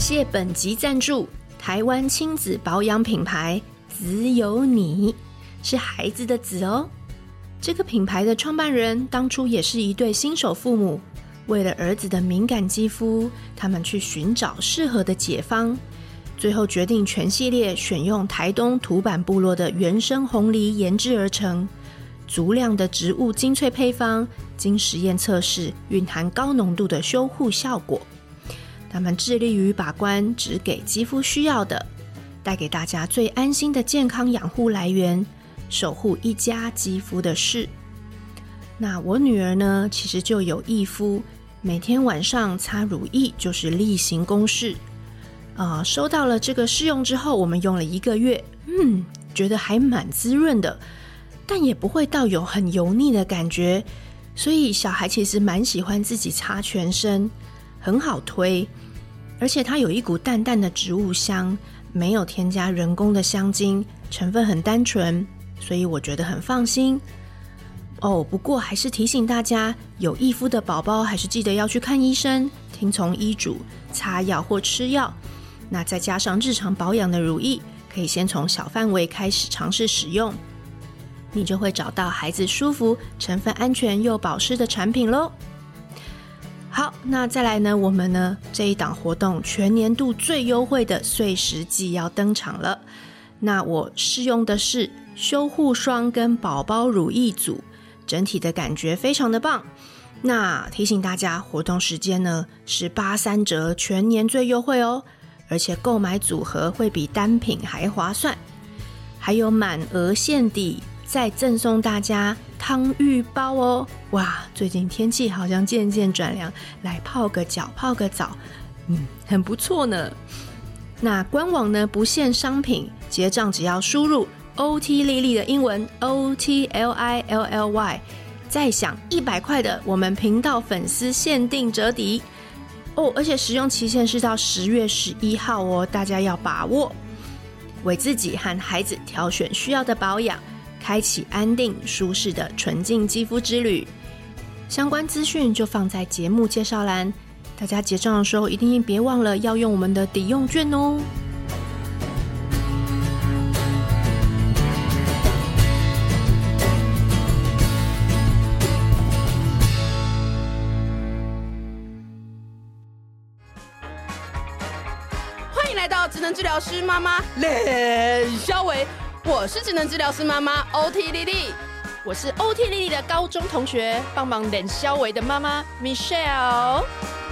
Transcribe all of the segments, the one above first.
谢本集赞助台湾亲子保养品牌子有你，是孩子的子哦。这个品牌的创办人当初也是一对新手父母，为了儿子的敏感肌肤，他们去寻找适合的解方，最后决定全系列选用台东土坂部落的原生红梨研制而成，足量的植物精粹配方，经实验测试蕴含高浓度的修护效果。他们致力于把关只给肌肤需要的，带给大家最安心的健康养护来源，守护一家肌肤的事。那我女儿呢，其实就有异肤，每天晚上擦乳液就是例行公事。收到了这个试用之后，我们用了1个月，觉得还蛮滋润的，但也不会到有很油腻的感觉，所以小孩其实蛮喜欢自己擦全身，很好推，而且它有一股淡淡的植物香，没有添加人工的香精，成分很单纯，所以我觉得很放心。不过还是提醒大家，有异肤的宝宝还是记得要去看医生，听从医嘱，擦药或吃药。那再加上日常保养的乳液，可以先从小范围开始尝试使用，你就会找到孩子舒服、成分安全又保湿的产品咯。好，那再来呢，我们呢这一档活动全年度最优惠的碎石季要登场了。那我试用的是修护霜跟宝宝乳液组，整体的感觉非常的棒。那提醒大家，活动时间呢是83折，全年最优惠哦，而且购买组合会比单品还划算，还有满额现抵，再赠送大家汤浴包哦。哇，最近天气好像渐渐转凉，来泡个脚泡个澡，很不错呢。那官网呢不限商品，结账只要输入 OT 丽丽的英文 OTLILLY， 再享100块的我们频道粉丝限定折抵而且使用期限是到10月11号哦，大家要把握，为自己和孩子挑选需要的保养，开启安定舒适的纯净肌肤之旅。相关资讯就放在节目介绍栏，大家结账的时候一定别忘了要用我们的抵用券哦。 欢迎来到职能治疗师妈妈冷肖维，我是职能治疗师妈妈 OT 丽丽， 我是 OT 丽丽的高中同学，帮忙冷肖维的妈妈 Michelle。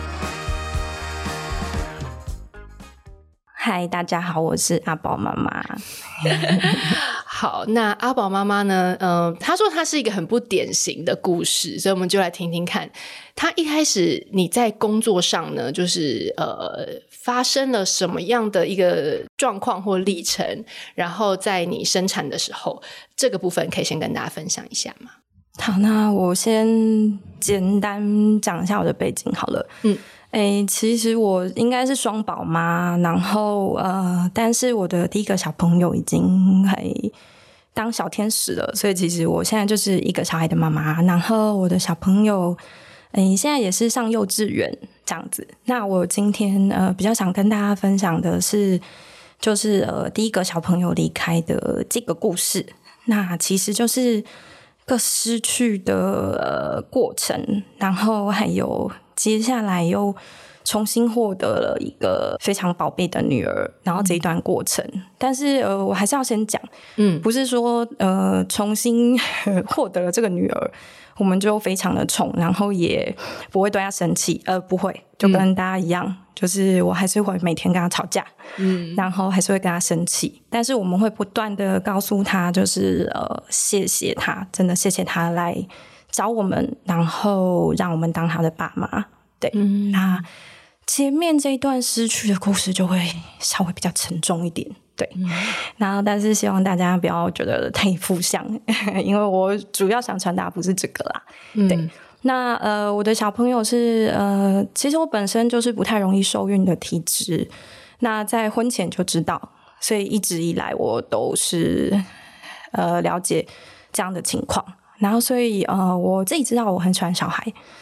嗨，大家好，我是阿宝妈妈。 好，那阿宝妈妈呢？她说她是一个很不典型的故事，所以我们就来听听看。她一开始你在工作上呢，就是发生了什么样的一个状况或历程？然后在你生产的时候，这个部分可以先跟大家分享一下吗？ 好，那我先简单讲一下我的背景好了。其实我应该是双宝妈，然后但是我的第一个小朋友已经当小天使了，所以其实我现在就是一个小孩的妈妈，然后我的小朋友现在也是上幼稚园这样子。那我今天比较想跟大家分享的是，就是第一个小朋友离开的这个故事。那其实就是个失去的过程，然后还有接下来又重新获得了一个非常宝贝的女儿，然后这一段过程。但是我还是要先讲，不是说重新获得了这个女儿我们就非常的宠，然后也不会对她生气，不会，就跟大家一样，就是我还是会每天跟她吵架，然后还是会跟她生气，但是我们会不断的告诉她，就是谢谢她，真的谢谢她来找我们，然后让我们当她的爸妈。对，那前面这一段失去的故事就会稍微比较沉重一点。对，然后但是希望大家不要觉得太负向，因为我主要想传达不是这个啦。对，那我的小朋友是其实我本身就是不太容易受孕的体质，那在婚前就知道，所以一直以来我都是了解这样的情况，然后所以我自己知道我很喜欢小孩，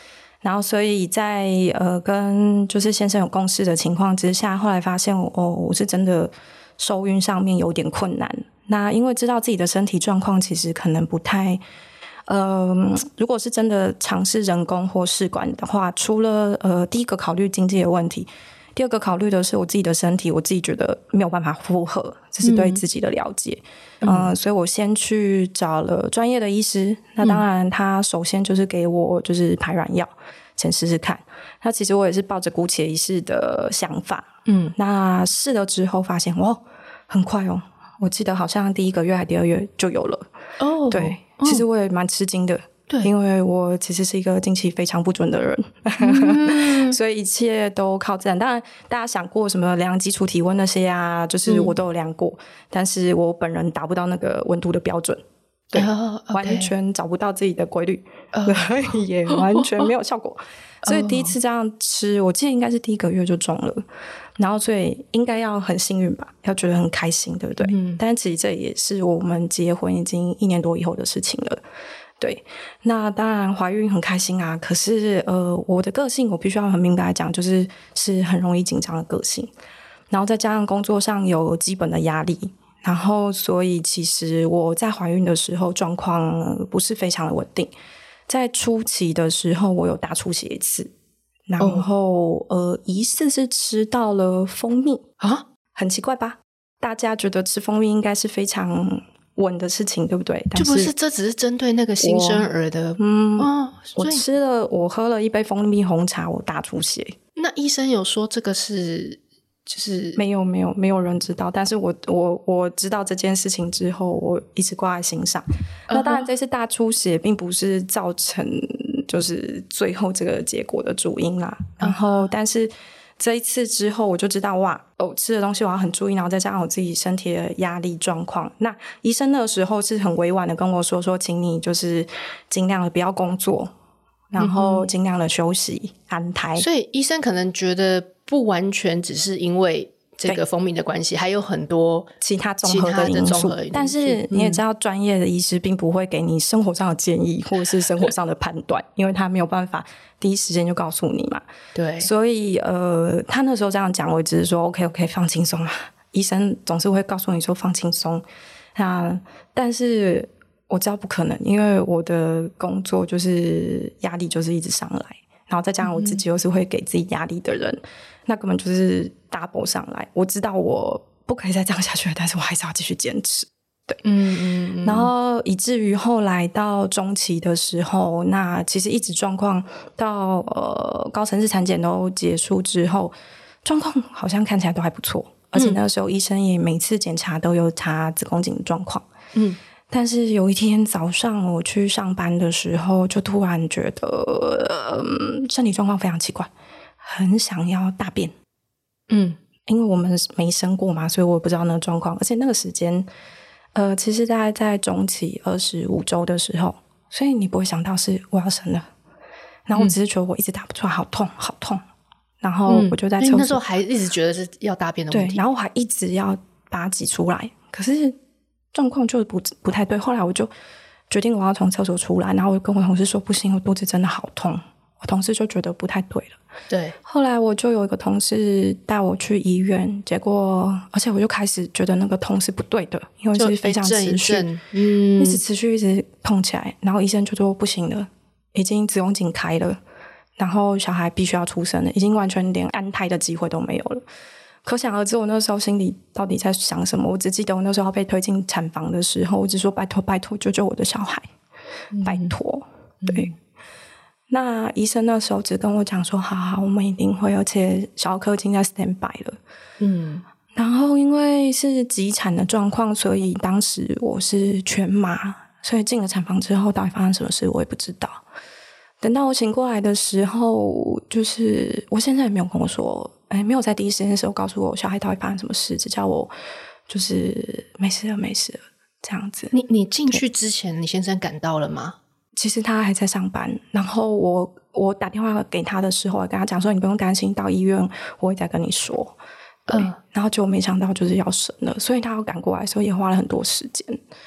然后所以在跟就是先生有共识的情况之下，后来发现我是真的受孕上面有点困难。那因为知道自己的身体状况其实可能不太如果是真的尝试人工或试管的话，除了第一个考虑经济的问题，第二个考虑的是我自己的身体，我自己觉得没有办法负荷，这是对自己的了解。所以我先去找了专业的医师。那当然他首先就是给我就是排卵药，先试试看。那其实我也是抱着姑且一试的想法。那试了之后发现哇，很快哦，我记得好像第1个月还第2月就有了。对，其实我也蛮吃惊的。对，因为我其实是一个经期非常不准的人，所以一切都靠自然。当然大家想过什么量基础体温那些啊，就是我都有量过，但是我本人达不到那个温度的标准。对，完全找不到自己的规律，也完全没有效果。所以第一次这样吃，我记得应该是第1个月就中了，然后所以应该要很幸运吧，要觉得很开心，对不对？但其实这也是我们结婚已经1年多以后的事情了。对，那当然怀孕很开心啊，可是我的个性我必须要很明白讲，是很容易紧张的个性，然后再加上工作上有基本的压力，然后所以其实我在怀孕的时候状况不是非常的稳定。在初期的时候我有大出血1次，然后疑似是吃到了蜂蜜啊，很奇怪吧？大家觉得吃蜂蜜应该是非常稳的事情，对不对？ 就不是，这只是针对那个新生儿的。 我喝了1杯蜂蜜红茶，我大出血。 那医生有说这个是就是没有人知道，但是我知道这件事情之后，我一直挂在心上。那当然，这次大出血并不是造成就是最后这个结果的主因啦。然后，但是这一次之后，我就知道哇，吃的东西我要很注意，然后再加上我自己身体的压力状况。那医生那个时候是很委婉的跟我说，请你就是尽量的不要工作，然后尽量的休息安胎。 所以医生可能觉得不完全只是因为这个蜂蜜的关系，还有很多其他综合的因素。但是你也知道，专业的医师并不会给你生活上的建议或者是生活上的判断，因为他没有办法第一时间就告诉你嘛。 对， 所以他那时候这样讲，我只是说 OK 放轻松啊。医生总是会告诉你说放轻松但是我知道不可能，因为我的工作就是压力就是一直上来，然后再加上我自己又是会给自己压力的人，那根本就是 double 上来。我知道我不可以再这样下去了，但是我还是要继续坚持。对，然后以至于后来到中期的时候，那其实一直状况到高层次产检都结束之后，状况好像看起来都还不错，而且那个时候医生也每次检查都有查子宫颈的状况。但是有一天早上我去上班的时候，就突然觉得身体状况非常奇怪，很想要大便。因为我们没生过嘛，所以我也不知道那个状况。而且那个时间其实大概在中期25周的时候，所以你不会想到是我要生了。然后我只是觉得我一直打不出来，好痛好痛。然后我就在厕所， 那时候还一直觉得是要大便的问题。 对，然后我还一直要把它挤出来，可是状况就不太对。后来我就决定我要从厕所出来，然后我跟我同事说不行，我肚子真的好痛。我同事就觉得不太对了。 对， 后来我就有一个同事带我去医院，结果而且我就开始觉得那个痛是不对的，因为是非常持续，一直持续一直痛起来。然后医生就说不行了，已经子宫颈开了，然后小孩必须要出生了，已经完全连安胎的机会都没有了。可想而知我那时候心里到底在想什么。我只记得我那时候要被推进产房的时候，我只说拜托拜托救救我的小孩，拜托。对，那医生那时候只跟我讲说好好我们一定会，而且小科已经在 stand by 了。然后因为是急产的状况，所以当时我是全麻，所以进了产房之后到底发生什么事我也不知道。等到我醒过来的时候，就是我现在也没有跟我说，没有在第一时间的时候告诉我小孩到底发生什么事，只叫我就是没事了没事了这样子。 你进去之前你先生赶到了吗？ 其实他还在上班，然后我打电话给他的时候，我跟他讲说你不用担心，到医院我会再跟你说。对，然后就没想到就是要生了，所以他要赶过来的时候也花了很多时间。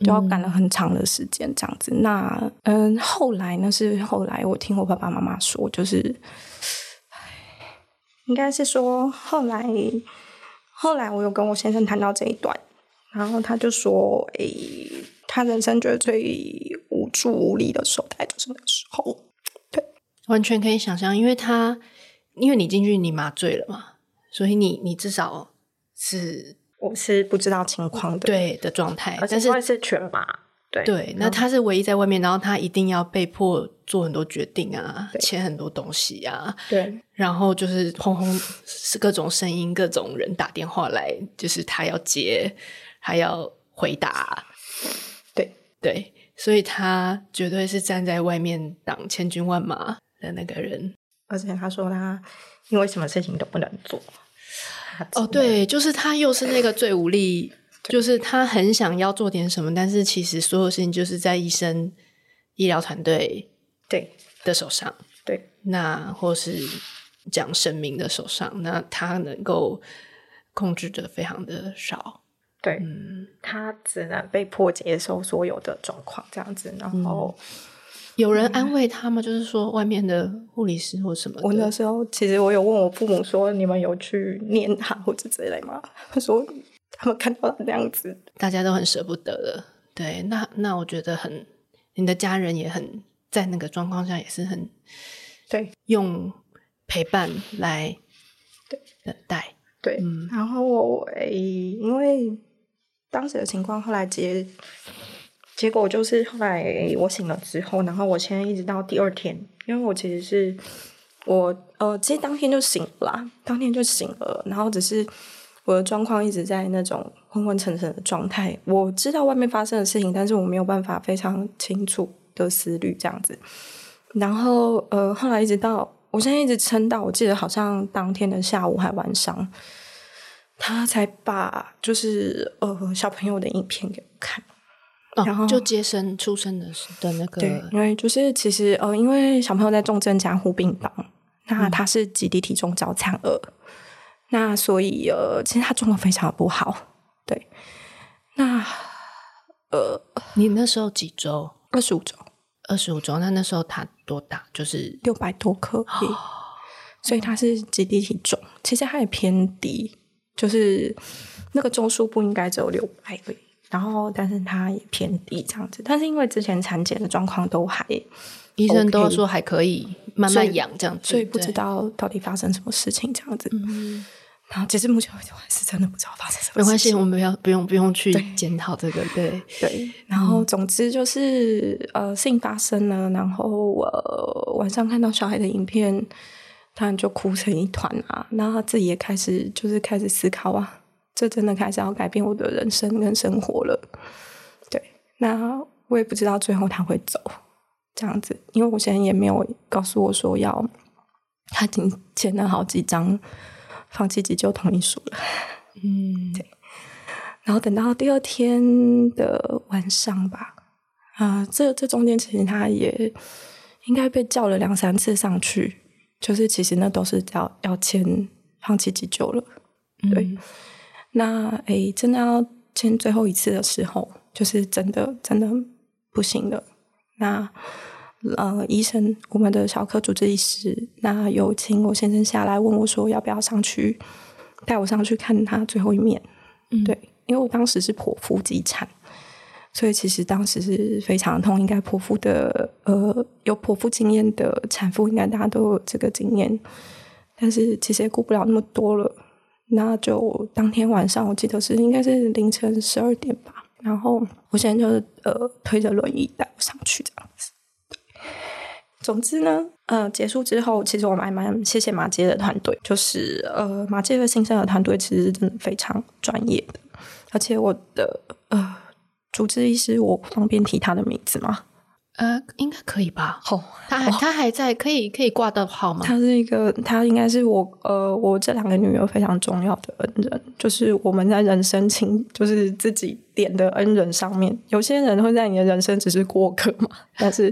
就要赶了很长的时间这样子。那后来我听我爸爸妈妈说，就是应该是说后来我有跟我先生谈到这一段，然后他就说他人生觉得最无助无力的时候大概就是那个时候。对， 完全可以想象，因为你进去你麻醉了嘛，所以你至少我是不知道情况的， 对的状态， 而且是全麻。 对，那他是唯一在外面，然后他一定要被迫做很多决定啊，签很多东西啊， 对， 然后就是轰轰是各种声音，各种人打电话来，就是他要接，他要回答，对，所以他绝对是站在外面挡千军万马的那个人。 而且他说他因为什么事情都不能做。 对，就是他又是那个最无力。就是他很想要做点什么，但是其实所有事情就是在医疗团队的手上， 对， 那或是讲神明的手上，那他能够控制的非常的少， 对，他只能被迫接受所有的状况这样子。然后有人安慰他吗？就是说外面的护理师或什么的。 我那时候其实我有问我父母说，你们有去念他或者之类吗？他说他们看到他这样子， 大家都很舍不得了。对，那我觉得你的家人也很在那个状况下也是很对， 用陪伴来等待。 对，然后因为当时的情况，后来结果就是后来我醒了之后，然后我现在一直到第二天，因为我其实是其实当天就醒了啦，然后只是我的状况一直在那种昏昏沉沉的状态。我知道外面发生的事情，但是我没有办法非常清楚的思虑这样子。然后后来一直到我现在一直撑到我记得好像当天的下午还晚上，他才把就是小朋友的影片给我看。然后就接生出生的那个， 对，因为就是其实因为小朋友在重症加护病房，那他是极低体重早产儿。那所以其实他状况非常不好，对。那你那时候几周 ？25周。 25周，那时候他多大？就是 600多克而已，所以他是极低体重。其实他也偏低，就是那个周数不应该只有600而已。然后，但是他也偏低这样子。但是因为之前产检的状况都还， 医生都说还可以慢慢养这样子， 所以不知道到底发生什么事情这样子。然后其实目前为止我还是真的不知道发生什么事情。 没关系，我们不用去检讨这个，对。 然后总之就是事情发生了，然后我晚上看到小孩的影片，当然就哭成一团啊。然后他自己也开始思考啊，这真的开始要改变我的人生跟生活了。对，那我也不知道最后他会走这样子，因为我现在也没有告诉我说他已经签了好几张放弃急救同意书了。对。然后等到第二天的晚上吧，这中间其实他也应该被叫了2-3次上去，就是其实那都是要签放弃急救了。对。那真的要签最后一次的时候，就是真的不行了。那医生，我们的小科主治医师，那有请我先生下来问我说要不要上去带我上去看他最后一面。对，因为我当时是剖腹急产，所以其实当时是非常痛。应该剖腹的有剖腹经验的产妇，应该大家都有这个经验，但是其实也顾不了那么多了。那就当天晚上，我记得应该是凌晨12点吧。然后我现在就是推着轮椅带我上去这样子。总之呢，结束之后，其实我蛮谢谢马街的团队，就是马街的新生儿团队其实真的非常专业的，而且我的主治医师，我方便提他的名字吗？ 应该可以吧。他还在，可以挂到号吗？ 他应该是我这2个女儿非常重要的恩人，就是我们在人生就是自己点的恩人上面，有些人会在你的人生只是过客嘛，但是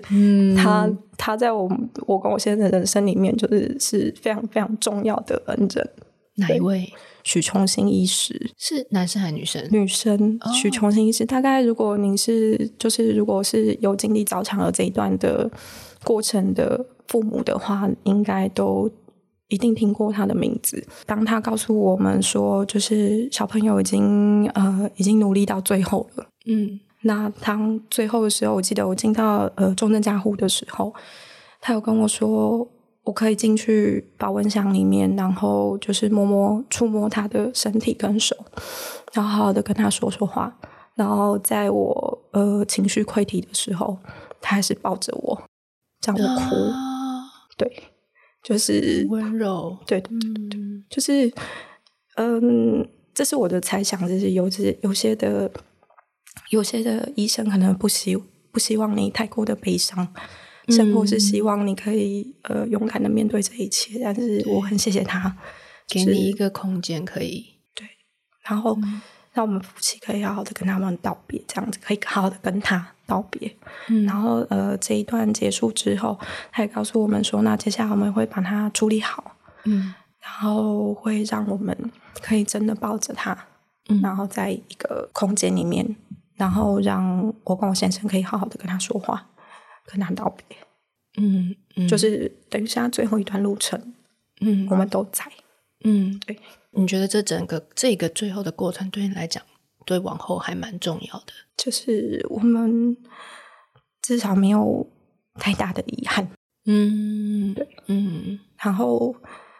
他在我跟我先生的人生里面是非常非常重要的恩人。 哪一位？ 许崇新医师。 是男生还是女生？ 女生。许崇新医师，大概如果您如果是有经历早产儿这一段的过程的父母的话，应该都一定听过他的名字。当他告诉我们说就是小朋友已经努力到最后了，那当最后的时候，我记得我进到重症加护的时候，他有跟我说我可以进去保温箱里面，然后就是触摸他的身体跟手，然后好好的跟他说说话。然后在我情绪溃堤的时候，他还是抱着我让我哭。对，就是温柔。 对，就是这是我的猜想，就是有些的医生可能不希望你太过的悲伤，甚或是希望你可以勇敢的面对这一切。但是我很谢谢他， 给你一个空间可以对，然后让我们夫妻可以好好的跟他们道别，这样子可以好好的跟他道别。然后这一段结束之后，他也告诉我们说，那接下来我们会把它处理好，然后会让我们可以真的抱着他，然后在一个空间里面，然后让我跟我先生可以好好的跟他说话，跟他道别。就是等于是他最后一段路程，我们都在。对。 你觉得这个最后的过程对你来讲，对往后还蛮重要的？ 就是我们至少没有太大的遗憾。对。然后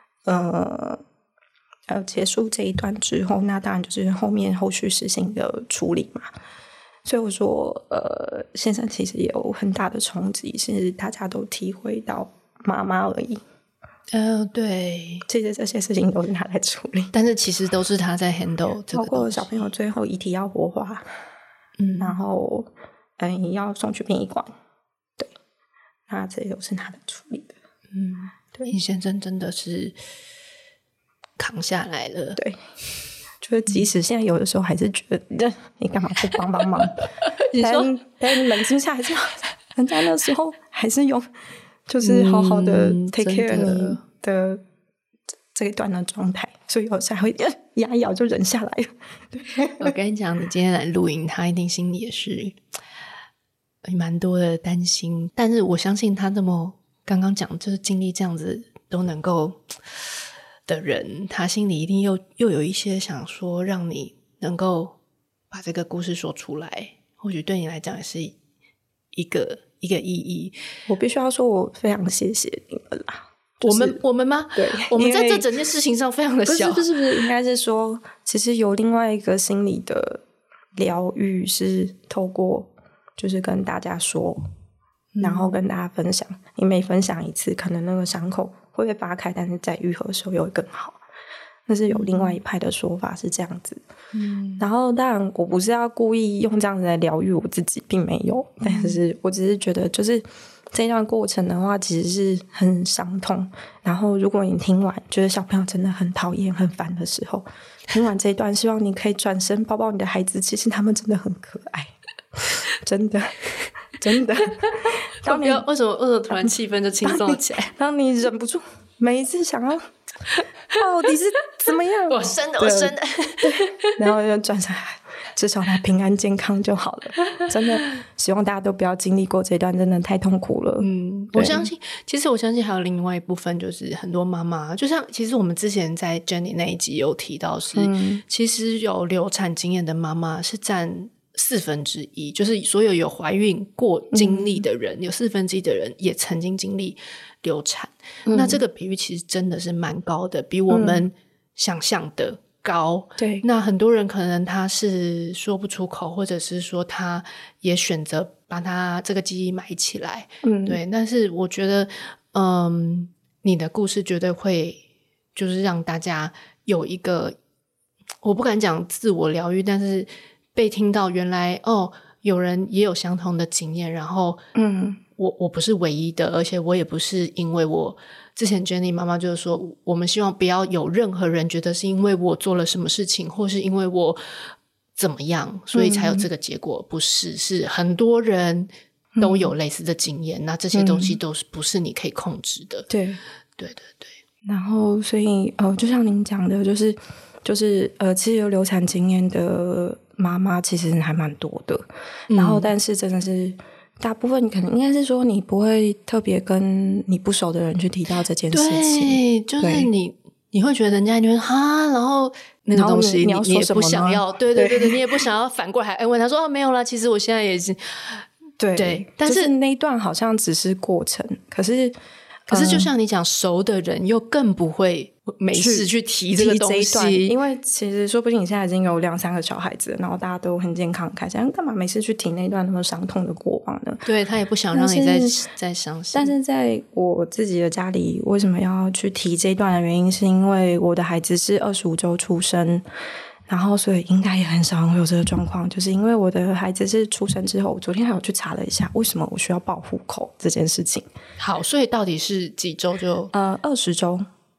结束这一段之后，那当然就是后续实行的处理嘛。所以我说先生其实也有很大的冲击，是大家都体会到妈妈而已。 对， 其实这些事情都是他在处理， 但是其实都是他在 handle 这个， 包括小朋友最后遗体要火化，然后要送去殡仪馆，对，那这都是他在处理的。 对，你先生真的是扛下来了。 对，就是即使现在有的时候还是觉得你干嘛不帮忙但冷静下来之后，人家那时候还是有就是好好的 take care 你的这一段的状态，所以有时候还会压一咬就忍下来了。 我跟你讲，你今天来录音，他一定心里也是蛮多的担心，但是我相信他这么刚刚讲就是经历这样子都能够的人，他心里一定又有一些想说让你能够把这个故事说出来，或许对你来讲也是一个意义。 我必须要说我非常谢谢你们啦。 我们吗？ 对， 我们在这整件事情上非常的小。 不是，应该是说其实有另外一个心理的疗愈是透过就是跟大家说，然后跟大家分享。你每分享一次，可能那个伤口会被扒开，但是在愈合的时候又会更好。那是有另外一派的说法是这样子。然后当然我不是要故意用这样子来疗愈我自己，并没有，但是我只是觉得就是这段过程的话其实是很伤痛，然后如果你听完觉得小朋友真的很讨厌很烦的时候，听完这一段希望你可以转身抱抱你的孩子，其实他们真的很可爱。真的当你为什么突然气氛就轻松了起来？ 当你忍不住每一次想要到底是怎么样我生的然后就转身，至少他平安健康就好了。真的希望大家都不要经历过这段，真的太痛苦了。 我相信还有另外一部分，就是很多妈妈就像其实我们之前在 Jenny 那一集有提到是其实有流产经验的妈妈是占1/4，就是所有有怀孕过经历的人有1/4的人也曾经经历流产。那这个比率其实真的是蛮高的，比我们想象的高。 对， 那很多人可能他是说不出口，或者是说他也选择把他这个记忆埋起来。对，但是我觉得你的故事绝对会就是让大家有一个，我不敢讲自我疗愈，但是被听到原来有人也有相同的经验，然后我不是唯一的，而且我也不是因为我之前 Jenny 妈妈就是说我们希望不要有任何人觉得是因为我做了什么事情或是因为我怎么样所以才有这个结果，不是，是很多人都有类似的经验，那这些东西都是不是你可以控制的。 对， 然后所以就像您讲的，就是其实有流产经验的妈妈其实还蛮多的，然后但是真的是大部分可能应该是说你不会特别跟你不熟的人去提到这件事情， 对，就是你会觉得人家就会哈，然后那个东西你也不想要，对，你也不想要反过来还问他说没有啦，其实我现在也是对，但是那一段好像只是过程，可是就像你讲，熟的人又更不会没事去提这个东西， 因为其实说不定你现在已经有2-3个小孩子了，然后大家都很健康开心，干嘛没事去提那段那么伤痛的过往呢？ 对，他也不想让你再伤心。 但是在我自己的家里，为什么要去提这一段的原因，是因为我的孩子是25周出生，然后所以应该也很少人会有这个状况，就是因为我的孩子是出生之后，我昨天还有去查了一下为什么我需要报户口这件事情。 好，所以到底是几周就 20周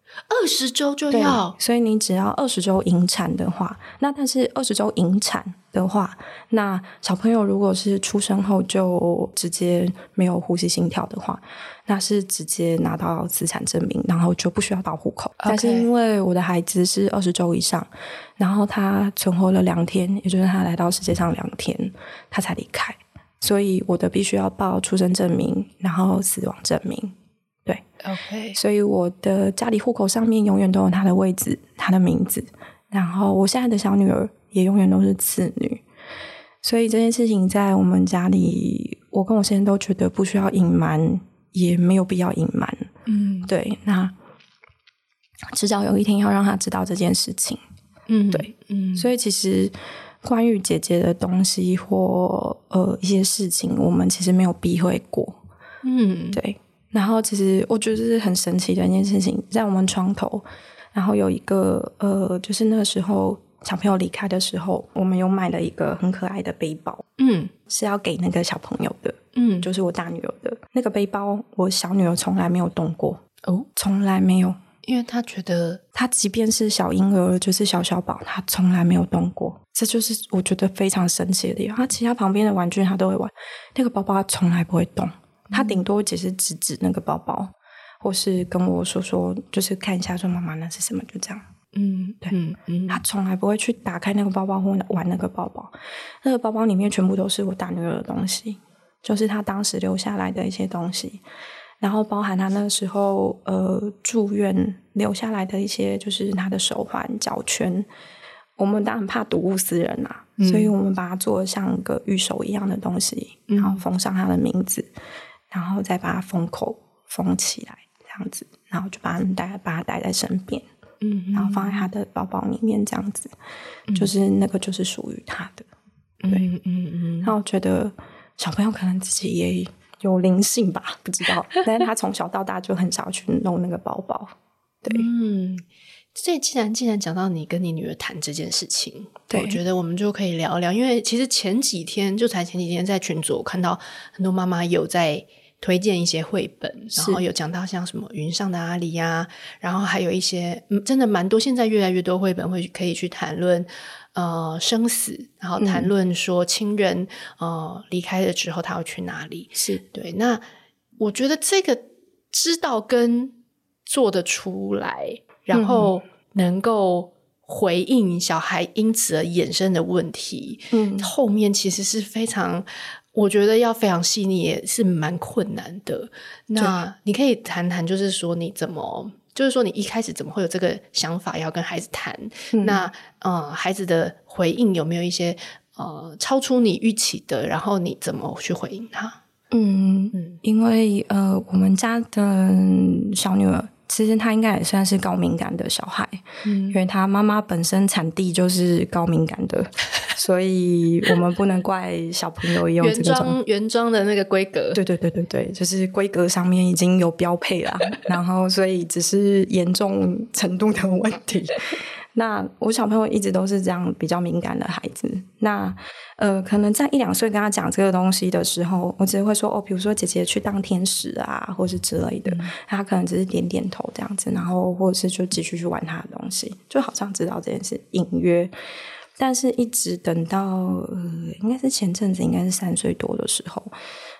，20周就要， 所以你只要20周引产的话，那但是20周引产的话，那小朋友如果是出生后就直接没有呼吸心跳的话，那是直接拿到资产证明，然后就不需要报户口。但是因为我的孩子是20周以上，然后他存活了2天，也就是他来到世界上2天，他才离开，所以我的必须要报出生证明，然后死亡证明。对 ，OK， 所以我的家里户口上面永远都有他的位置，他的名字，然后我现在的小女儿也永远都是次女，所以这件事情在我们家里，我跟我先生都觉得不需要隐瞒，也没有必要隐瞒。对，那迟早有一天要让他知道这件事情。对，所以其实关于姐姐的东西或一些事情，我们其实没有避讳过。对。然后其实我觉得这是很神奇的一件事情，在我们床头，然后有一个就是那个时候小朋友离开的时候，我们有买了一个很可爱的背包，是要给那个小朋友的，就是我大女儿的那个背包，我小女儿从来没有动过哦，从来没有， 因为她觉得她即便是小婴儿，就是小宝，她从来没有动过，这就是我觉得非常神奇的地方。她其他旁边的玩具她都会玩，那个包包她从来不会动。他顶多只是指那个包包，或是跟我说，就是看一下说妈妈那是什么，就这样。对，他从来不会去打开那个包包或玩那个包包。那个包包里面全部都是我大女儿的东西，就是他当时留下来的一些东西，然后包含他那时候住院留下来的一些，就是他的手环、脚圈。我们当然怕睹物思人啊，所以我们把它做得像个玉手一样的东西，然后封上他的名字。然后再把它封口封起来，这样子，然后就把它带在身边，然后放在他的包包里面，这样子，就是那个就是属于他的，对，然后我觉得小朋友可能自己也有灵性吧，不知道，但是他从小到大就很少去弄那个包包，对， 所以既然讲到你跟你女儿谈这件事情， 对， 我觉得我们就可以聊聊，因为其实前几天在群组我看到很多妈妈有在推荐一些绘本，然后有讲到像什么云上的阿里啊，然后还有一些真的蛮多，现在越来越多绘本可以去谈论生死，然后谈论说亲人离开了之后他会去哪里， 是对。那我觉得这个知道跟做得出来，然后能够回应小孩因此而衍生的问题，后面其实是非常，我觉得要非常细腻，也是蛮困难的。那你可以谈谈，就是说你怎么，就是说你一开始怎么会有这个想法要跟孩子谈？那孩子的回应有没有一些超出你预期的？然后你怎么去回应他？ 因为我们家的小女儿。其实她应该也算是高敏感的小孩，因为她妈妈本身产地就是高敏感的，所以我们不能怪小朋友用这个原装的那个规格， 对，就是规格上面已经有标配啦，然后所以只是严重程度的问题。那我小朋友一直都是这样比较敏感的孩子，那可能在1-2岁跟他讲这个东西的时候，我只会说比如说姐姐去当天使啊或是之类的，他可能只是点点头这样子，然后或者是就继续去玩他的东西，就好像知道这件事隐约。但是一直等到应该是前阵子，应该是3岁多的时候，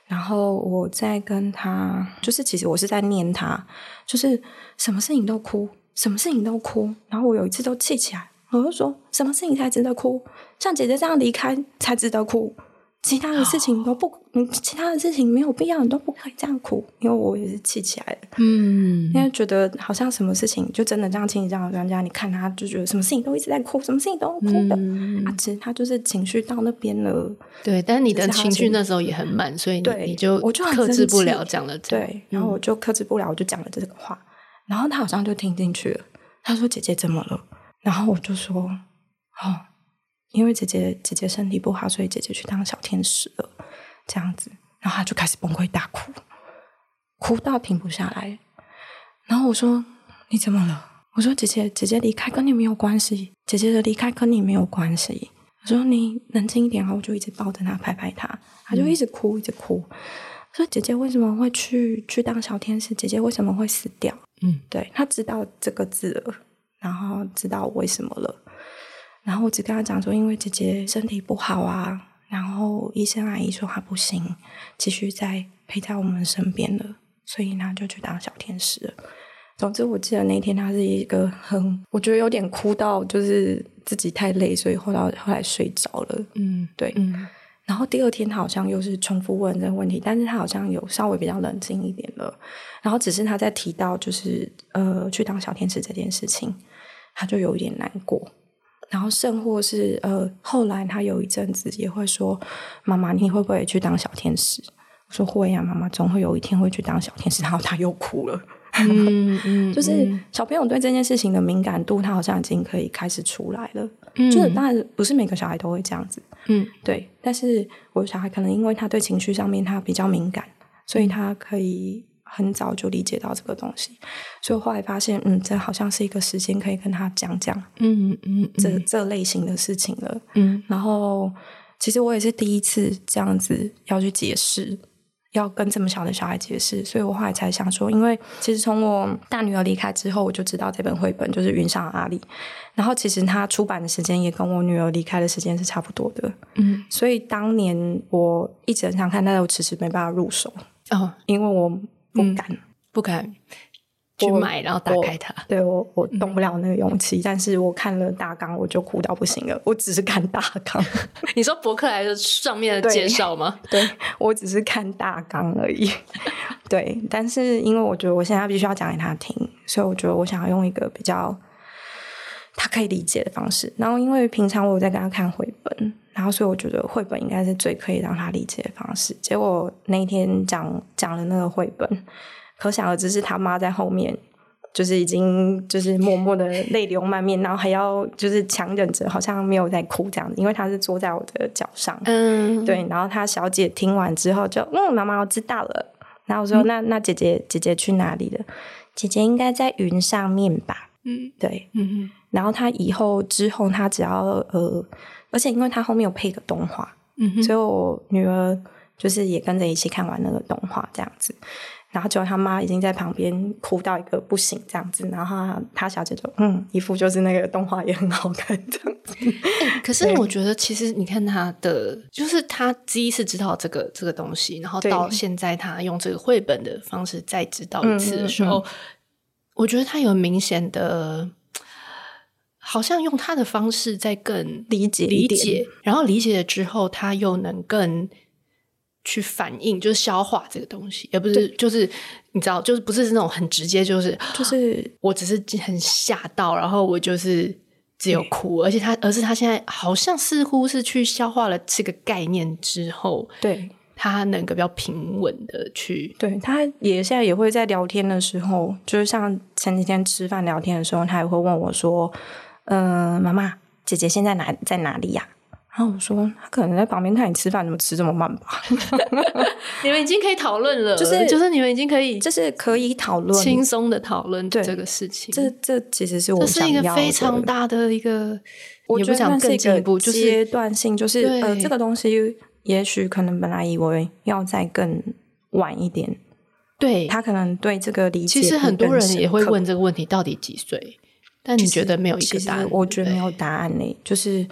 然后我在跟他，就是其实我是在念他，就是什么事情都哭，什么事情都哭。然后我有一次都气起来，我就说什么事情才值得哭？像姐姐这样离开才值得哭，其他的事情都不，其他的事情没有必要，你都不可以这样哭。因为我也是气起来了，因为觉得好像什么事情就真的这样亲戚这样专家，你看他就觉得什么事情都一直在哭，什么事情都哭的其实他就是情绪到那边了。 对，但是你的情绪那时候也很满，所以你就克制不了讲了这样。 对，然后我就克制不了，我就讲了这个话，然后他好像就听进去了。他说：“姐姐怎么了？”然后我就说：“因为姐姐身体不好，所以姐姐去当小天使了。”这样子，然后他就开始崩溃大哭，哭到停不下来。然后我说：“你怎么了？”我说：“姐姐离开跟你没有关系，姐姐的离开跟你没有关系。”我说：“你冷静一点。”然后我就一直抱着他，拍拍他，他就一直哭，一直哭。我说：“姐姐为什么会去当小天使？姐姐为什么会死掉？”对，他知道这个字了，然后知道为什么了。然后我只跟他讲说，因为姐姐身体不好啊，然后医生阿姨说她不行，继续再陪在我们身边了，所以他就去当小天使了。总之我记得那天他是一个我觉得有点哭到就是自己太累，所以后来睡着了。对。然后第二天他好像又是重复问这个问题，但是他好像有稍微比较冷静一点了，然后只是他在提到就是去当小天使这件事情，他就有一点难过。然后甚或是后来他有一阵子也会说，妈妈你会不会去当小天使？我说会啊，妈妈总会有一天会去当小天使。然后他又哭了。就是小朋友对这件事情的敏感度他好像已经可以开始出来了。就是当然不是每个小孩都会这样子。对，但是我的小孩可能因为他对情绪上面他比较敏感，所以他可以很早就理解到这个东西。所以我后来发现这好像是一个时间可以跟他讲这类型的事情了。然后其实我也是第一次这样子要去解释，要跟这么小的小孩解释，所以我后来才想说，因为其实从我大女儿离开之后，我就知道这本绘本就是云上阿里，然后其实它出版的时间也跟我女儿离开的时间是差不多的。所以当年我一直很想看，但是我迟迟没办法入手。因为我不敢去买然后打开它。 对，我动不了那个勇气。但是我看了大纲我就哭到不行了。我只是看大纲。 你说博客来的上面的介绍吗？ 对，我只是看大纲而已。对，但是因为我觉得我现在必须要讲给他听，所以我觉得我想要用一个比较他可以理解的方式。然后因为平常我有在跟他看绘本，然后所以我觉得绘本应该是最可以让他理解的方式。结果那一天讲了那个绘本，可想而知是他妈在后面就是已经就是默默的泪流满面，然后还要就是强忍着好像没有在哭这样子，因为他是坐在我的脚上。对，然后他小姐听完之后就妈妈我知道了。然后我说那姐姐去哪里了？姐姐应该在云上面吧。对。然后他之后他只要而且因为他后面有配个动画，所以我女儿就是也跟着一起看完那个动画这样子。然后结果他妈已经在旁边哭到一个不行这样子，然后他小姐就一副就是那个动画也很好看这样子。 可是我觉得其实你看他的就是他第一次知道这个东西，然后到现在他用这个绘本的方式再知道一次的时候，我觉得他有明显的好像用他的方式再更理解，然后理解了之后他又能更去反应，就是消化这个东西，而不是就是你知道，就是不是那种很直接，就是我只是很吓到，然后我就是只有哭，而是他现在好像似乎是去消化了这个概念之后，对，他能够比较平稳的去，对，他也现在也会在聊天的时候，就是像前几天吃饭聊天的时候，他也会问我说妈妈姐姐现在在哪里呀？然后我说他可能在旁边看你吃饭，怎么吃这么慢吧？你们已经可以讨论了，就是你们已经可以，就是可以讨论，轻松的讨论这个事情。这其实是我想要的，这是一个非常大的一个，我觉得算是一个阶段性，就是这个东西也许可能本来以为要再更晚一点，对他可能对这个理解，其实很多人也会问这个问题，到底几岁？但你觉得没有一个答案？我觉得没有答案呢，就是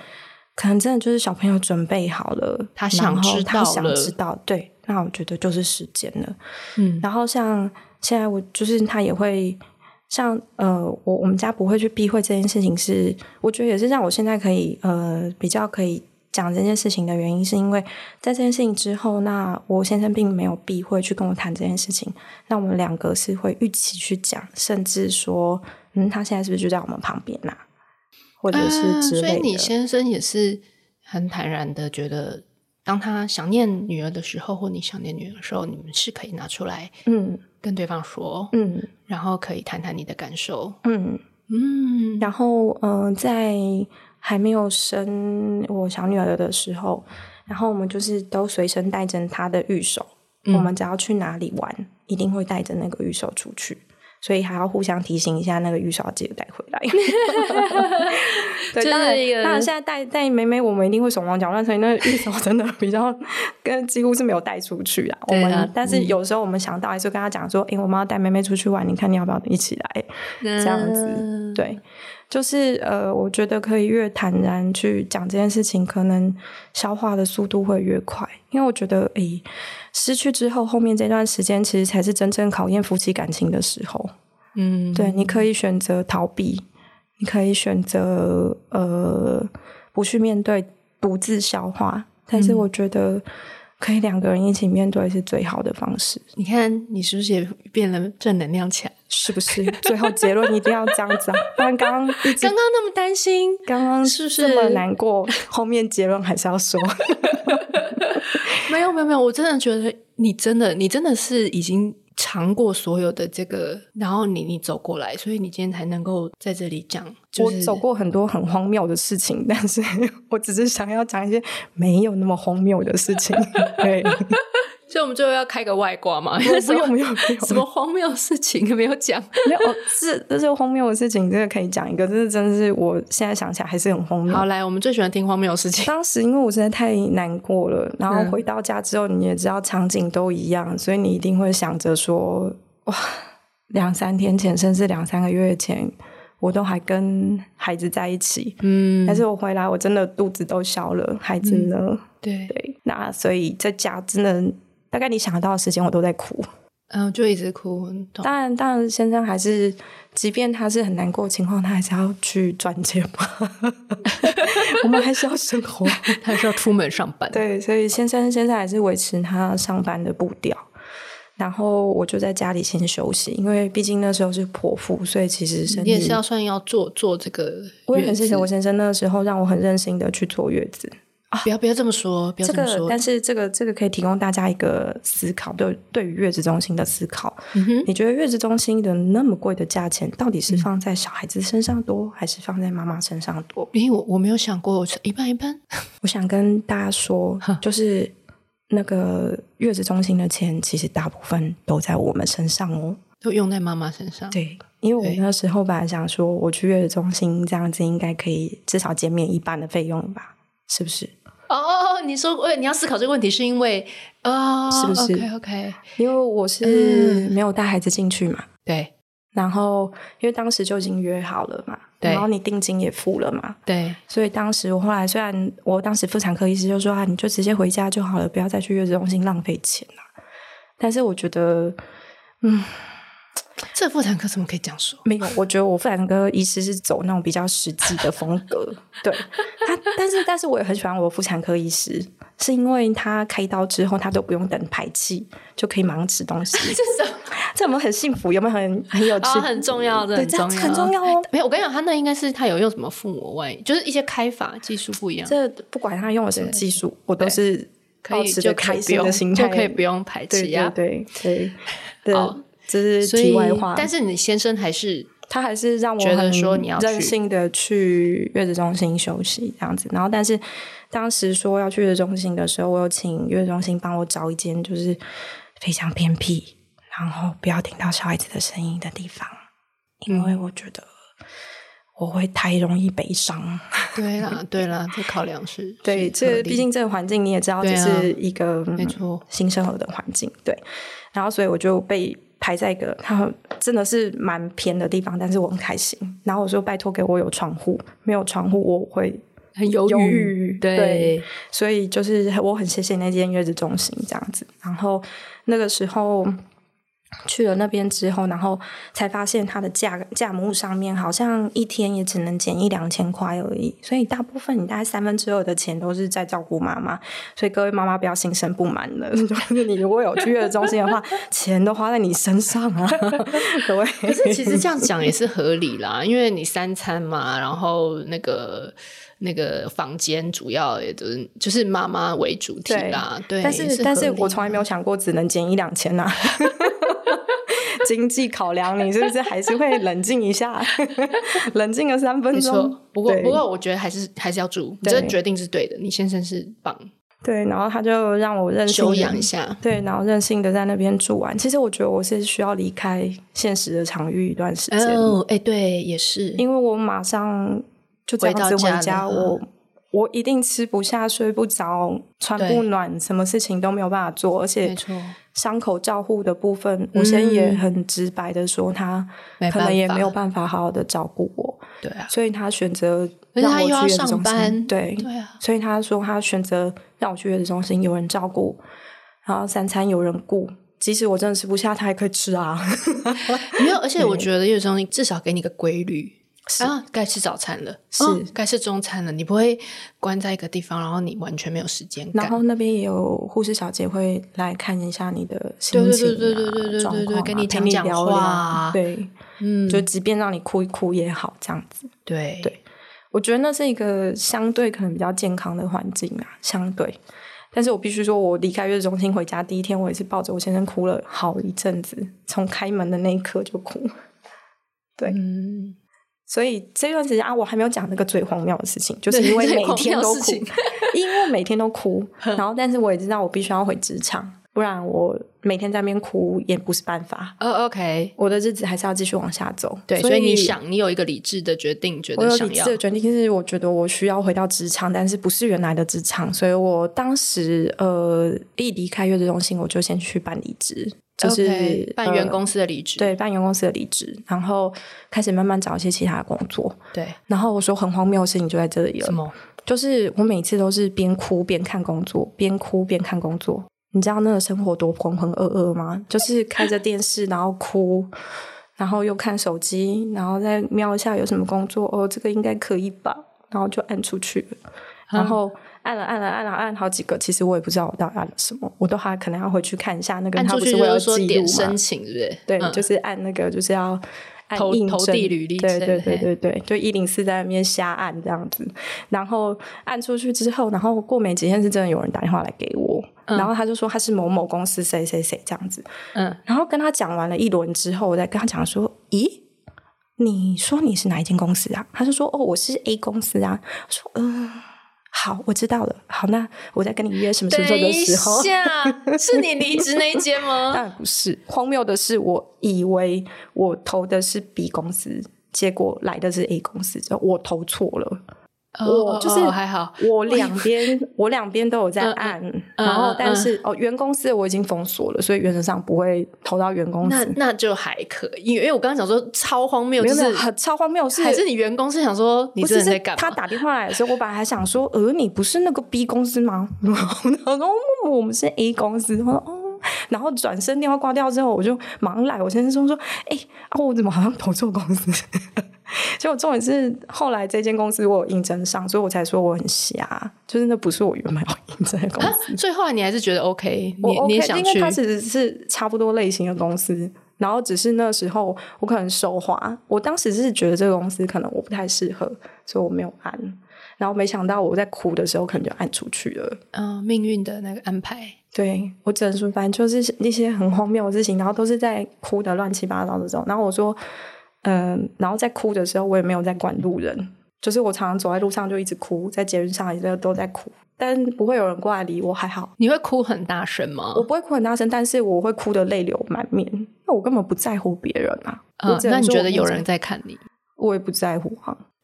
可能真的就是小朋友准备好了， 他想知道了， 他想知道，对，那我觉得就是时间了。然后像现在我就是他也会像我们家不会去避讳这件事情是，我觉得也是让我现在可以比较可以讲这件事情的原因，是因为在这件事情之后，那我先生并没有避讳去跟我谈这件事情，那我们两个是会一起去讲，甚至说他现在是不是就在我们旁边啊，或者是之类的。 所以你先生也是很坦然的觉得，当他想念女儿的时候，或你想念女儿的时候，你们是可以拿出来跟对方说，然后可以谈谈你的感受， 然后在还没有生我小女儿的时候，然后我们就是都随身带着她的玉手，我们只要去哪里玩，一定会带着那个玉手出去。所以还要互相提醒一下，那个玉手要记得带回来。对，当然现在带妹妹，我们一定会手忙脚乱，所以那个玉手真的比较几乎是没有带出去啊。但是有时候我们想到还是跟他讲说，我们要带妹妹出去玩，你看你要不要一起来？这样子，对，就是我觉得可以越坦然去讲这件事情，可能消化的速度会越快。因为我觉得失去之后，后面这段时间其实才是真正考验夫妻感情的时候。对，你可以选择逃避，你可以选择不去面对，独自消化，但是我觉得可以两个人一起面对是最好的方式。 你看你是不是也变了正能量起来？ 是不是？最后结论一定要这样子啊！不然刚刚那么担心， 刚刚是不是这么难过？后面结论还是要说。 没有，我真的觉得你真的是已经尝过所有的这个，然后你走过来，所以你今天才能够在这里讲。 我走过很多很荒谬的事情，但是我只是想要讲一些没有那么荒谬的事情。对。 所以我们最后要开个外挂嘛？ 不用， 什么荒谬的事情没有讲？ 没有，这是荒谬的事情，这个可以讲一个，这是真的是我现在想起来还是很荒谬。 好，来，我们最喜欢听荒谬的事情。 当时因为我实在太难过了，然后回到家之后，你也知道场景都一样，所以你一定会想着说，哇，2-3天前，甚至2-3个月前，我都还跟孩子在一起，但是我回来，我真的肚子都消了，孩子呢？ 对， 那所以在家真的。大概你想得到的时间我都在哭， 就一直哭。 当然先生还是即便他是很难过的情况，他还是要去赚钱嘛。我们还是要生活， 他还是要出门上班。 对，所以先生现在还是维持他上班的步调，然后我就在家里先休息，因为毕竟那时候是剖腹，所以其实身体你也是要算要做这个月子。 我也很谢谢我先生那个时候让我很任性的去坐月子。 不要这么说，不要这么说。 但是这个可以提供大家一个思考，对于月子中心的思考。你觉得月子中心的那么贵的价钱，到底是放在小孩子身上多，还是放在妈妈身上多？ 因为我没有想过，一半一半。 我想跟大家说，就是那个月子中心的钱，其实大部分都在我们身上哦， 都用在妈妈身上。 对，因为我那时候本来想说，我去月子中心这样子，应该可以至少减免一半的费用吧？是不是？ 你说你要思考这个问题，是因为是不是 ？OK， 因为我是没有带孩子进去嘛， 对。 然后因为当时就已经约好了嘛，然后你定金也付了嘛， 对。 所以当时我后来虽然我当时妇产科医师就说你就直接回家就好了，不要再去月子中心浪费钱了。但是我觉得， 这妇产科怎么可以这样说？ 没有，我觉得我妇产科医师是走那种比较实际的风格。对他，但是我也很喜欢我的妇产科医师，是因为他开刀之后他都不用等排气，就可以马上吃东西。这有没有很幸福？有没有很有趣？ 很重要的， 对，这样很重要哦。 没有，我跟你讲，他那应该是他有用什么腹膜外移，就是一些开法技术不一样。 这不管他用了什么技术，我都是保持着开心的心态， 就可以不用排气啊。 对。好。这是题外话， 但是你先生他还是让我觉得说你要任性的去月子中心休息这样子，然后但是当时说要去月子中心的时候，我有请月子中心帮我找一间就是非常偏僻，然后不要听到小孩子的声音的地方，因为我觉得我会太容易悲伤。 对啦，这考量是对，这毕竟这个环境你也知道，这是一个没错新生儿的环境，对，然后所以我就被排在一个它真的是蛮偏的地方，但是我很开心。然后我说拜托给我有窗户，没有窗户我会很犹豫， 对，所以就是我很谢谢那间月子中心这样子。然后那个时候去了那边之后，然后才发现它的价目上面好像一天也只能减1-2千块而已，所以大部分你大概2/3的钱都是在照顾妈妈。所以各位妈妈不要心生不满了，就是你如果有去月子中心的话，钱都花在你身上啊。各位， 可是其实这样讲也是合理啦，因为你3餐嘛，然后那个房间主要也就是妈妈为主体啦，对。 但是我从来没有想过只能减1-2千啊。经济考量，你是不是还是会冷静一下？冷静个3分钟。 不过我觉得还是要住，你这决定是对的，你先生是棒。 对，然后他就让我任性休养一下， 对，然后任性的在那边住完。其实我觉得我是需要离开现实的场域一段时间。 对，也是， 因为我马上就这样子回家，我一定吃不下、睡不着、穿不暖，什么事情都没有办法做，而且伤口照护的部分，我先也很直白的说，他可能也没有办法好好的照顾我。 对啊， 所以他选择让我去月子中心。 上班， 对啊，所以他说他选择让我去月子中心，有人照顾，然后3餐有人顾。即使我真的吃不下，他还可以吃啊。 没有，而且我觉得月子中心至少给你个规律。该吃早餐了，该吃中餐了，你不会关在一个地方，然后你完全没有时间干。 然后那边也有护士小姐会来看一下你的心情状况， 跟你讲话， 对，就即便让你哭一哭也好，这样子。 对， 我觉得那是一个相对可能比较健康的环境啊，相对。但是我必须说，我离开月子中心回家第一天，我也是抱着我先生哭了好一阵子，从开门的那一刻就哭。对，所以这段时间我还没有讲那个最荒谬的事情，就是因为每天都哭，因为每天都哭，然后但是我也知道我必须要回职场，不然我每天在那边哭也不是办法。 OK， 我的日子还是要继续往下走。 对，所以你有一个理智的决定，觉得想要。 我有理智的决定，是我觉得我需要回到职场，但是不是原来的职场，所以我当时一离开月子中心，我就先去办离职。就是办原公司的离职， 对，办原公司的离职，然后开始慢慢找一些其他的工作。 对， 然后我说很荒谬的事情就在这里了。 什么？ 就是我每次都是边哭边看工作，边哭边看工作。你知道那个生活多浑浑噩噩吗？就是开着电视，然后哭，然后又看手机，然后再瞄一下有什么工作，这个应该可以吧，然后就按出去了，然后按好几个，其实我也不知道我到底按了什么，我都还可能要回去看一下那个，他不是为了记录吗？ 点申请，对不对？ 对，就是按那个，就是要按投递履历， 对，就104在那边瞎按这样子，然后按出去之后，然后过没几天是真的有人打电话来给我，然后他就说他是某某公司谁谁谁这样子，然后跟他讲完了一轮之后，我再跟他讲说，咦，你说你是哪一间公司啊？他就说我是 A 公司啊。我说好，我知道了。好，那我再跟你约什么时候的时候。 等一下，是你离职那一间吗？ 当然不是。荒谬的是，我以为我投的是 B 公司，结果来的是 A 公司，我投错了。我就是还好， 我两边都有在按，然后但是原公司我已经封锁了，所以原则上不会投到原公司。 那就还可以，因为我刚刚讲说超荒谬，就是超荒谬， 还是你原公司想说你这人在干嘛？ 他打电话来的时候，我本来还想说，你不是那个 B 公司吗？然后说我们是 A 公司。我说然后转身电话挂掉之后，我就马上来我先生说我怎么好像投错公司？结果重点是后来这间公司我有应征上，所以我才说我很瞎，就是那不是我原本要应征的公司。 所以后来你还是觉得 OK， 你也想去， 因为它其实是差不多类型的公司，然后只是那时候我可能手滑，我当时是觉得这个公司可能我不太适合，所以我没有按，然后没想到我在哭的时候可能就按出去了。 命运的那个安排。 对，我只能说反正就是一些很荒谬的事情，然后都是在哭的乱七八糟的这种。然后我说然后在哭的时候我也没有在管路人，就是我常常走在路上就一直哭，在捷运上也都在哭，但不会有人过来理我，还好。 你会哭很大声吗？ 我不会哭很大声，但是我会哭得泪流满面，那我根本不在乎别人啊。 那你觉得有人在看你？ 我也不在乎啊。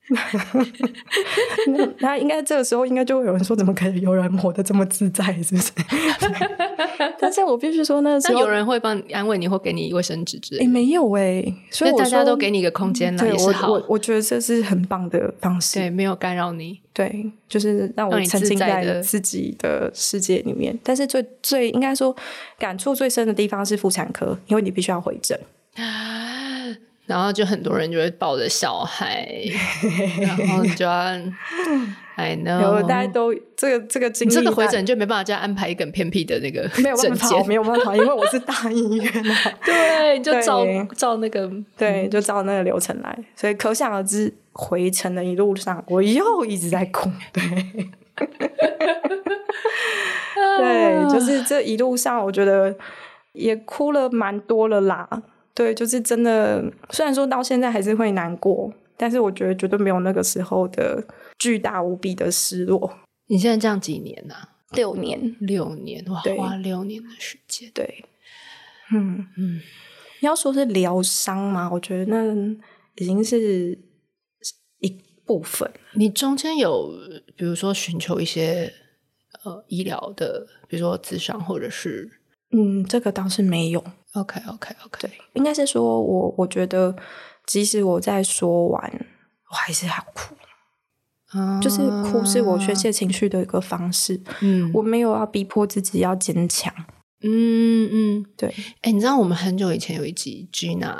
那应该这个时候应该就会有人说，怎么可以有人活得这么自在，是不是？但是我必须说，那个时候那有人会帮你安慰你，或给你卫生纸之类的？ 没有所以大家都给你一个空间啦，也是好。 我觉得这是很棒的方式， 对，没有干扰你， 对，就是让我沉浸在自己的世界里面。但是最应该说感触最深的地方是妇产科，因为你必须要回诊。 然后就很多人就会抱着小孩，然后你就要I know， 大家都这个经历， 这个回诊就没办法再安排一个很偏僻的那个没有办法，因为我是大医院啊。 对，就照那个， 对，就照那个流程来，所以可想而知，回程的一路上我又一直在哭，对。对，就是这一路上我觉得也哭了蛮多了啦。对，就是真的，虽然说到现在还是会难过，但是我觉得绝对没有那个时候的巨大无比的失落。 你现在这样几年啊 ？6年 ，6年，哇，花6年的时间。 对，要说是疗伤嘛，我觉得那已经是一部分。 你中间有比如说寻求一些医疗的，比如说咨商或者是这个倒是没有。 OK， 对，应该是说我觉得即使我在说完，我还是要哭。就是哭是我宣泄情绪的一个方式。我没有要逼迫自己要坚强。对。 你知道我们很久以前有一集 Gina，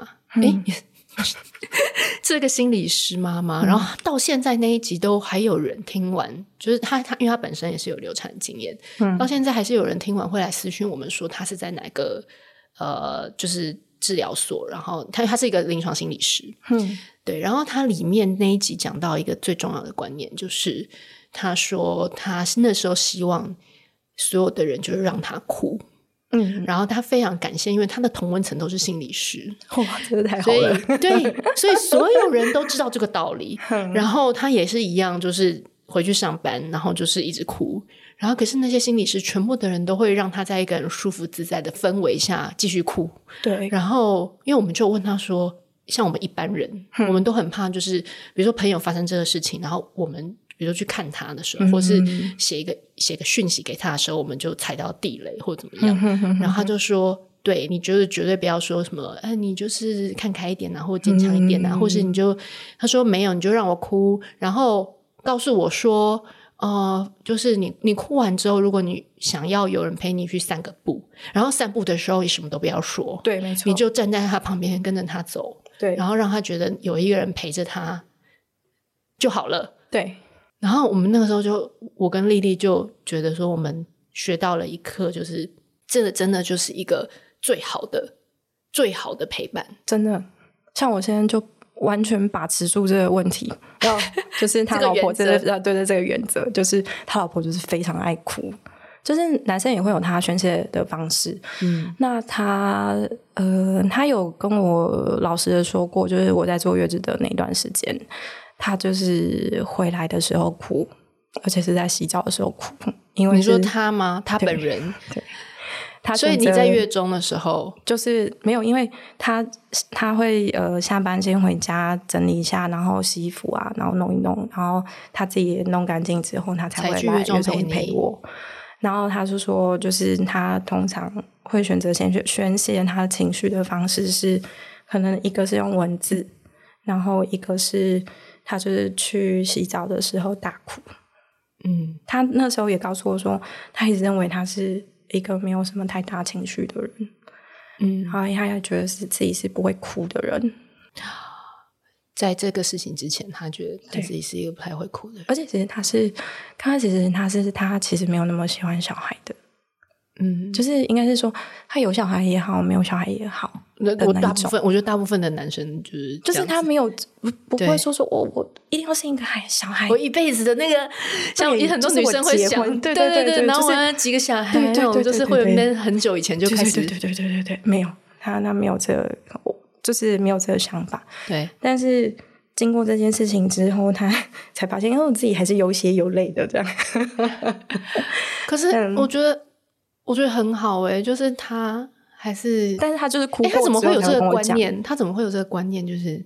这个心理师妈妈，然后到现在那一集都还有人听完，就是她因为她本身也是有流产经验，到现在还是有人听完会来私讯我们说她是在哪个就是治疗所，然后她是一个临床心理师，对，然后她里面那一集讲到一个最重要的观念，就是她说她那时候希望所有的人就是让她哭。然后他非常感谢，因为他的同温层都是心理师， 哇，真的太好了。 所以所有人都知道这个道理。然后他也是一样，就是回去上班，然后就是一直哭。然后可是那些心理师全部的人都会让他在一个很舒服自在的氛围下继续哭。 对。 然后因为我们就问他说，像我们一般人，我们都很怕，就是比如说朋友发生这个事情，然后我们比如说去看他的时候，或是写一个讯息给他的时候，我们就踩到地雷或怎么样。然后他就说，对，你觉得绝对不要说什么你就是看开一点啊，或坚强一点啊，或是他说没有，你就让我哭，然后告诉我说就是你哭完之后，如果你想要有人陪你去散个步，然后散步的时候你什么都不要说， 对，没错， 你就站在他旁边跟着他走， 对， 然后让他觉得有一个人陪着他就好了， 对。 然后我们那个时候我跟丽丽就觉得说，我们学到了一课，就是这个真的就是一个最好的陪伴， 真的。像我现在就完全把持住这个问题，就是他老婆真的对这个原则，就是他老婆就是非常爱哭，就是男生也会有他宣泄的方式。那他有跟我老实的说过，就是我在坐月子的那段时间。他就是回来的时候哭，而且是在洗澡的时候哭。因为你说他吗？他本人？ 对。 所以你在月中的时候就是没有，因为他会下班先回家整理一下，然后洗衣服啊，然后弄一弄，然后他自己也弄干净之后，他才会来月中陪我。然后他就说，就是他通常会选择先宣泄他情绪的方式是，可能一个是用文字，然后一个是他就是去洗澡的时候大哭。他那时候也告诉我说，他一直认为他是一个没有什么太大情绪的人。然后他也觉得自己是不会哭的人。 在这个事情之前，他觉得他自己是一个不太会哭的人。 而且其实刚开始他其实没有那么喜欢小孩的。就是应该是说他有小孩也好，没有小孩也好， 我觉得大部分的男生就是他没有不会说我一定要生一个小孩， 我一辈子的那个，像很多女生会想，对，然后我要几个小孩，对，就是会有很久以前就开始， 对，没有他没有这个，就是没有这个想法， 对， 但是经过这件事情之后，他才发现，因为我自己还是有血有泪的这样。 可是我觉得很好就是他还是， 但是他就是哭过之后， 他怎么会有这个观念？他怎么会有这个观念？就是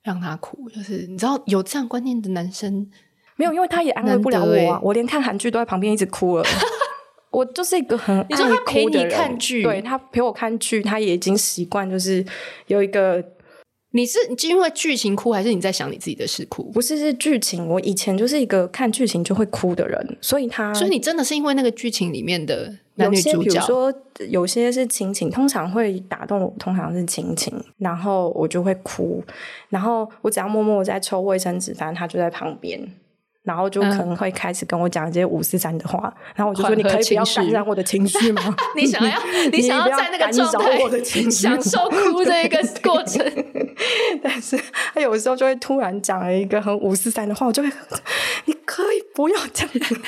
让他哭？就是你知道有这样观念的男生没有，因为他也安慰不了我啊，我连看韩剧都在旁边一直哭了。我就是一个很爱哭的人。你说他陪你看剧？对，他陪我看剧，他也已经习惯，就是有一个。 你是因为剧情哭，还是你在想你自己的事哭？ 不是，是剧情。我以前就是一个看剧情就会哭的人，所以你真的是因为那个剧情里面的男女主角， 比如说有些是亲情，通常会打动我，通常是亲情，然后我就会哭，然后我只要默默在抽卫生纸，反正他就在旁边。然后就可能会开始跟我讲一些543的话，然后我就说你可以不要感染我的情绪吗？ 你想要在那个状态我的情绪享受哭的一个过程。 但是他有时候就会突然讲了一个很543的话，我就会你可以不要这样子。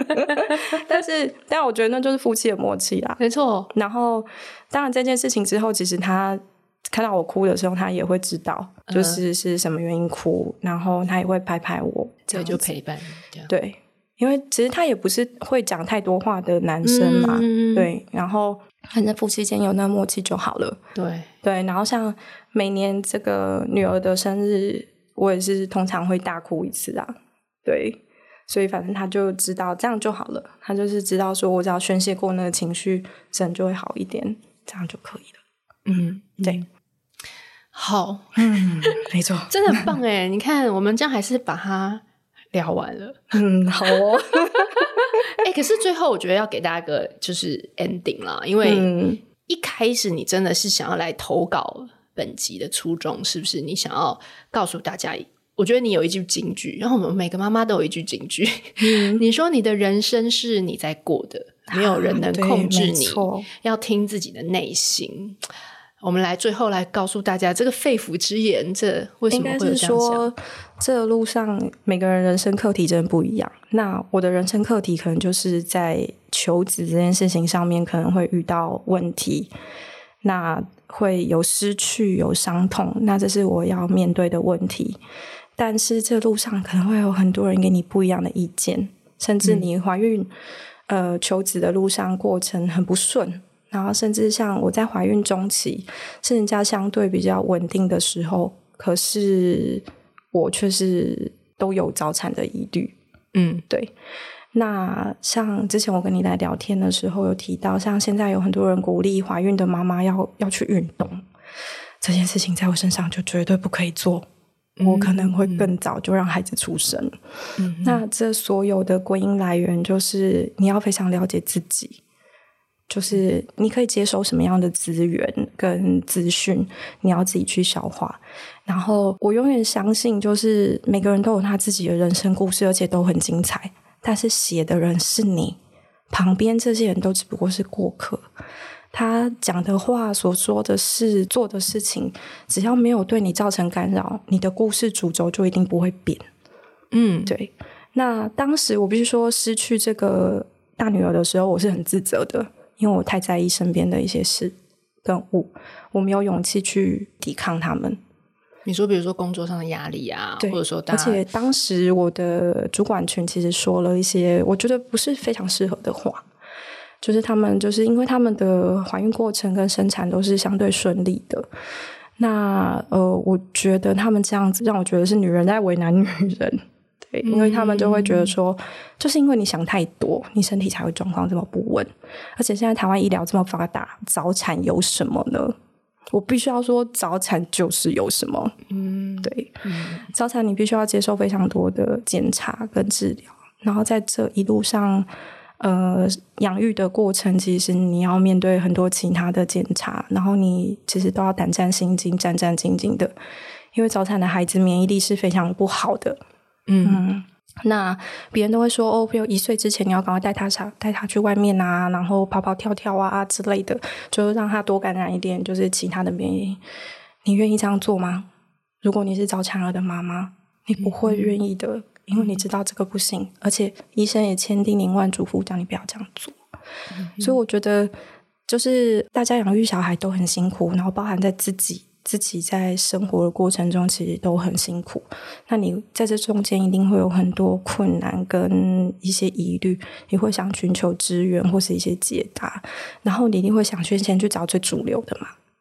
但我觉得那就是夫妻的默契啦， 没错。 然后当然这件事情之后，其实他看到我哭的时候，他也会知道就是是什么原因哭，然后他也会拍拍我， 这就陪伴这样。 对，因为其实他也不是会讲太多话的男生嘛，对，然后反正夫妻间有那默契就好了。对，然后像每年这个女儿的生日，我也是通常会大哭一次啊。对，所以反正他就知道这样就好了，他就是知道说我只要宣泄过那个情绪，人就会好一点，这样就可以了。对。 好， 没错， 真的很棒耶。你看我们这样还是把它聊完了。 好哦。 可是最后我觉得要给大家一个就是 ending 啦，因为一开始你真的是想要来投稿本集的初衷是不是？你想要告诉大家，我觉得你有一句金句，然后我们每个妈妈都有一句金句。你说你的人生是你在过的，没有人能控制你，要听自己的内心。我们最后来告诉大家这个肺腑之言，这为什么会有这样想？应该是说这路上每个人人生课题真的不一样，那我的人生课题可能就是在求子这件事情上面可能会遇到问题，那会有失去有伤痛，那这是我要面对的问题。但是这路上可能会有很多人给你不一样的意见，甚至你怀孕求子的路上过程很不顺，然后甚至像我在怀孕中期是人家相对比较稳定的时候，可是我却是都有早产的疑虑。对。那像之前我跟你来聊天的时候有提到，像现在有很多人鼓励怀孕的妈妈要去运动，这件事情在我身上就绝对不可以做，我可能会更早就让孩子出生。那这所有的归因来源就是你要非常了解自己，就是你可以接收什么样的资源跟资讯，你要自己去消化。然后我永远相信就是每个人都有他自己的人生故事，而且都很精彩，但是写的人是你，旁边这些人都只不过是过客。他讲的话，所说的事，做的事情，只要没有对你造成干扰，你的故事主轴就一定不会变。对。那当时我必须说失去这个大女儿的时候，我是很自责的，因为我太在意身边的一些事跟物，我没有勇气去抵抗他们。 你说比如说工作上的压力啊，或者说而且当时我的主管群其实说了一些我觉得不是非常适合的话，就是他们就是因为他们的怀孕过程跟生产都是相对顺利的，那我觉得他们这样子让我觉得是女人在为难女人。对，因为他们就会觉得说就是因为你想太多，你身体才会状况这么不稳，而且现在台湾医疗这么发达，早产有什么呢？我必须要说早产就是有什么。对，早产你必须要接受非常多的检查跟治疗，然后在这一路上养育的过程，其实你要面对很多其他的检查，然后你其实都要胆战心惊战战兢兢的，因为早产的孩子免疫力是非常不好的。那别人都会说比如1岁之前你要赶快带他去外面啊，然后跑跑跳跳啊之类的，就让他多感染一点就是其他的免疫。你愿意这样做吗？如果你是早产儿的妈妈，你不会愿意的，因为你知道这个不行，而且医生也千叮咛万嘱咐叫你不要这样做。所以我觉得就是大家养育小孩都很辛苦，然后包含在自己在生活的过程中其实都很辛苦，那你在这中间一定会有很多困难跟一些疑虑，你会想寻求支援或是一些解答，然后你一定会想先去找最主流的嘛，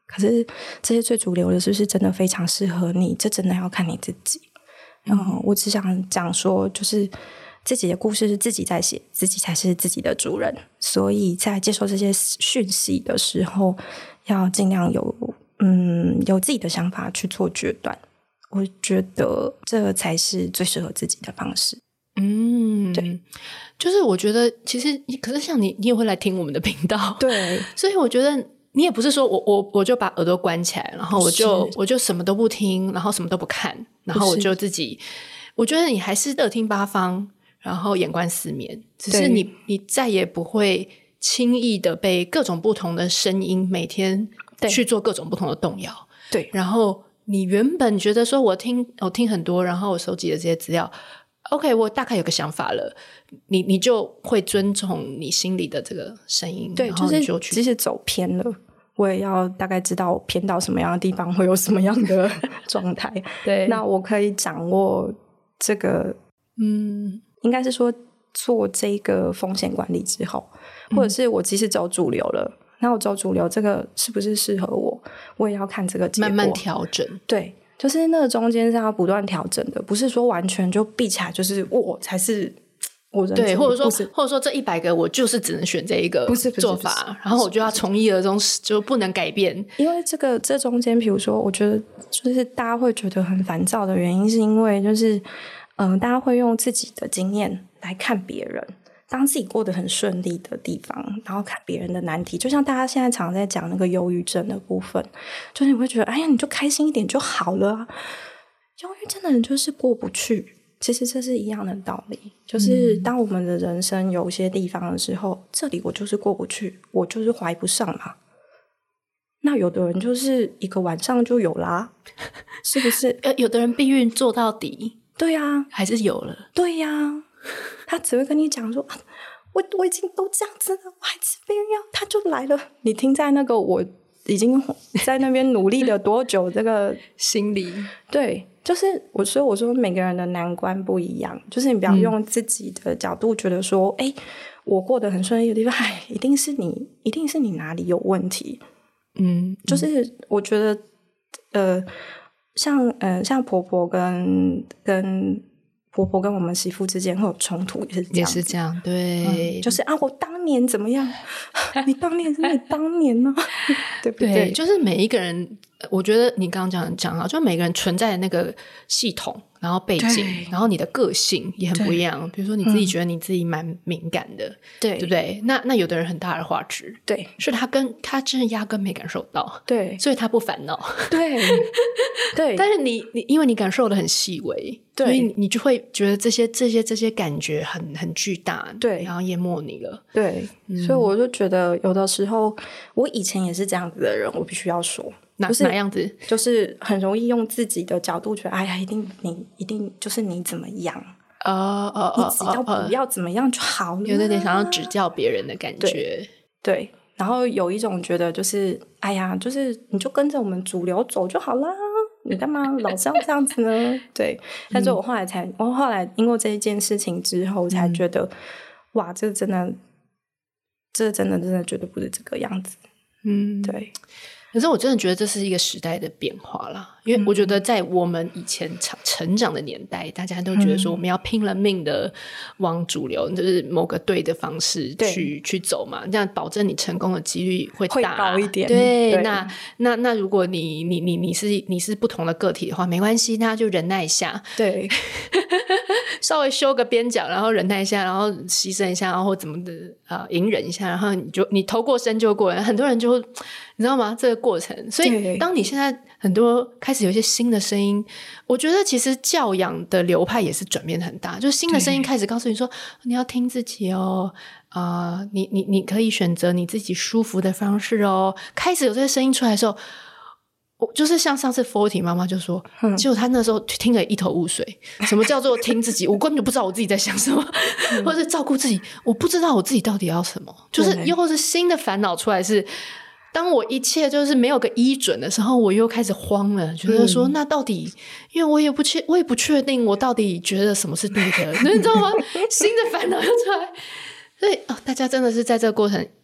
可是这些最主流的是不是真的非常适合你，这真的要看你自己。我只想讲说，就是自己的故事是自己在写，自己才是自己的主人，所以在接受这些讯息的时候要尽量有自己的想法去做决断，我觉得这才是最适合自己的方式。对， 就是我觉得其实可是像你也会来听我们的频道， 对， 所以我觉得你也不是说我就把耳朵关起来，然后我就什么都不听，然后什么都不看，然后我就自己，我觉得你还是耳听八方，然后眼观四面，只是你再也不会轻易的被各种不同的声音每天去做各种不同的动摇。 对， 然后你原本觉得说我听很多，然后我收集的这些资料，OK， 我大概有个想法了，你就会尊重你心里的这个声音， 对， 然后你就去， 即使走偏了，我也要大概知道我偏到什么样的地方会有什么样的状态。 对， 那我可以掌握这个，应该是说做这个风险管理之后，或者是我即使走主流了，那我走主流这个是不是适合我，我也要看这个结果， 慢慢调整。 对。就是那个中间是要不断调整的，不是说完全就闭起来，就是我才是我人生。 对，或者说这100个我就是只能选这一个做法，然后我就要从一而终，就不能改变。 因为这中间，比如说，我觉得就是大家会觉得很烦躁的原因，是因为就是大家会用自己的经验来看别人。当自己过得很顺利的地方，然后看别人的难题，就像大家现在常在讲那个忧郁症的部分，就是你会觉得哎呀你就开心一点就好了啊。忧郁症的人就是过不去，其实这是一样的道理，就是当我们的人生有些地方的时候，这里我就是过不去，我就是怀不上嘛。那有的人就是一个晚上就有啦，是不是？ 有的人避孕做到底， 对啊， 还是有了， 对呀。他只会跟你讲说我已经都这样子了，我还吃避孕药，他就来了。你听在那个我已经在那边努力了多久这个心理， 对，就是所以我说每个人的难关不一样，就是你不要用自己的角度觉得说我过得很顺利的地方，一定是你哪里有问题。就是我觉得像婆婆跟我们媳妇之间会有冲突，也是这样，对，就是我当年怎么样，你当年是你当年呢，对不对？ 对，就是每一个人，我觉得你刚刚讲到，就每个人存在的那个系统，然后背景，然后你的个性也很不一样。比如说你自己觉得你自己蛮敏感的，对不对？那有的人很大而化之，对，是他真的压根没感受到，对，所以他不烦恼，对。但是你因为你感受的很细微，所以你就会觉得这些感觉很巨大，对，然后淹没你了，对。 所以我就觉得有的时候我以前也是这样子的人，我必须要说。 哪样子？ 就是很容易用自己的角度觉得，哎呀，一定就是你怎么样你只要不要怎么样就好了， 有点想要指教别人的感觉， 对。然后有一种觉得就是，哎呀，就是你就跟着我们主流走就好啦，你干嘛老是要这样子呢？对。但是我后来因为这一件事情之后，才觉得，哇，这真的绝对不是这个样子。对。 可是我真的觉得这是一个时代的变化啦，因为我觉得在我们以前成长的年代，大家都觉得说我们要拼了命的往主流，就是某个对的方式去走嘛，这样保证你成功的几率会高一点。 对，那如果你是不同的个体的话，没关系，那就忍耐一下，对，稍微修个边角，然后忍耐一下，然后牺牲一下，然后怎么的隐忍一下，然后你头过身就过，很多人就你知道吗？这个过程，所以当你现在很多开始有一些新的声音，我觉得其实教养的流派也是转变很大，就是新的声音开始告诉你说你要听自己哦，你可以选择你自己舒服的方式哦。开始有这些声音出来的时候，我就是像上次 Forty 妈妈就说，结果她那时候听了一头雾水，什么叫做听自己？我根本就不知道我自己在想什么，或者是照顾自己，我不知道我自己到底要什么，就是又是新的烦恼出来是。当我一切就是没有个依准的时候，我又开始慌了，觉得说那到底，因为我也不确定我到底觉得什么是对的，你知道吗？新的烦恼又出来，所以大家真的是在这个过程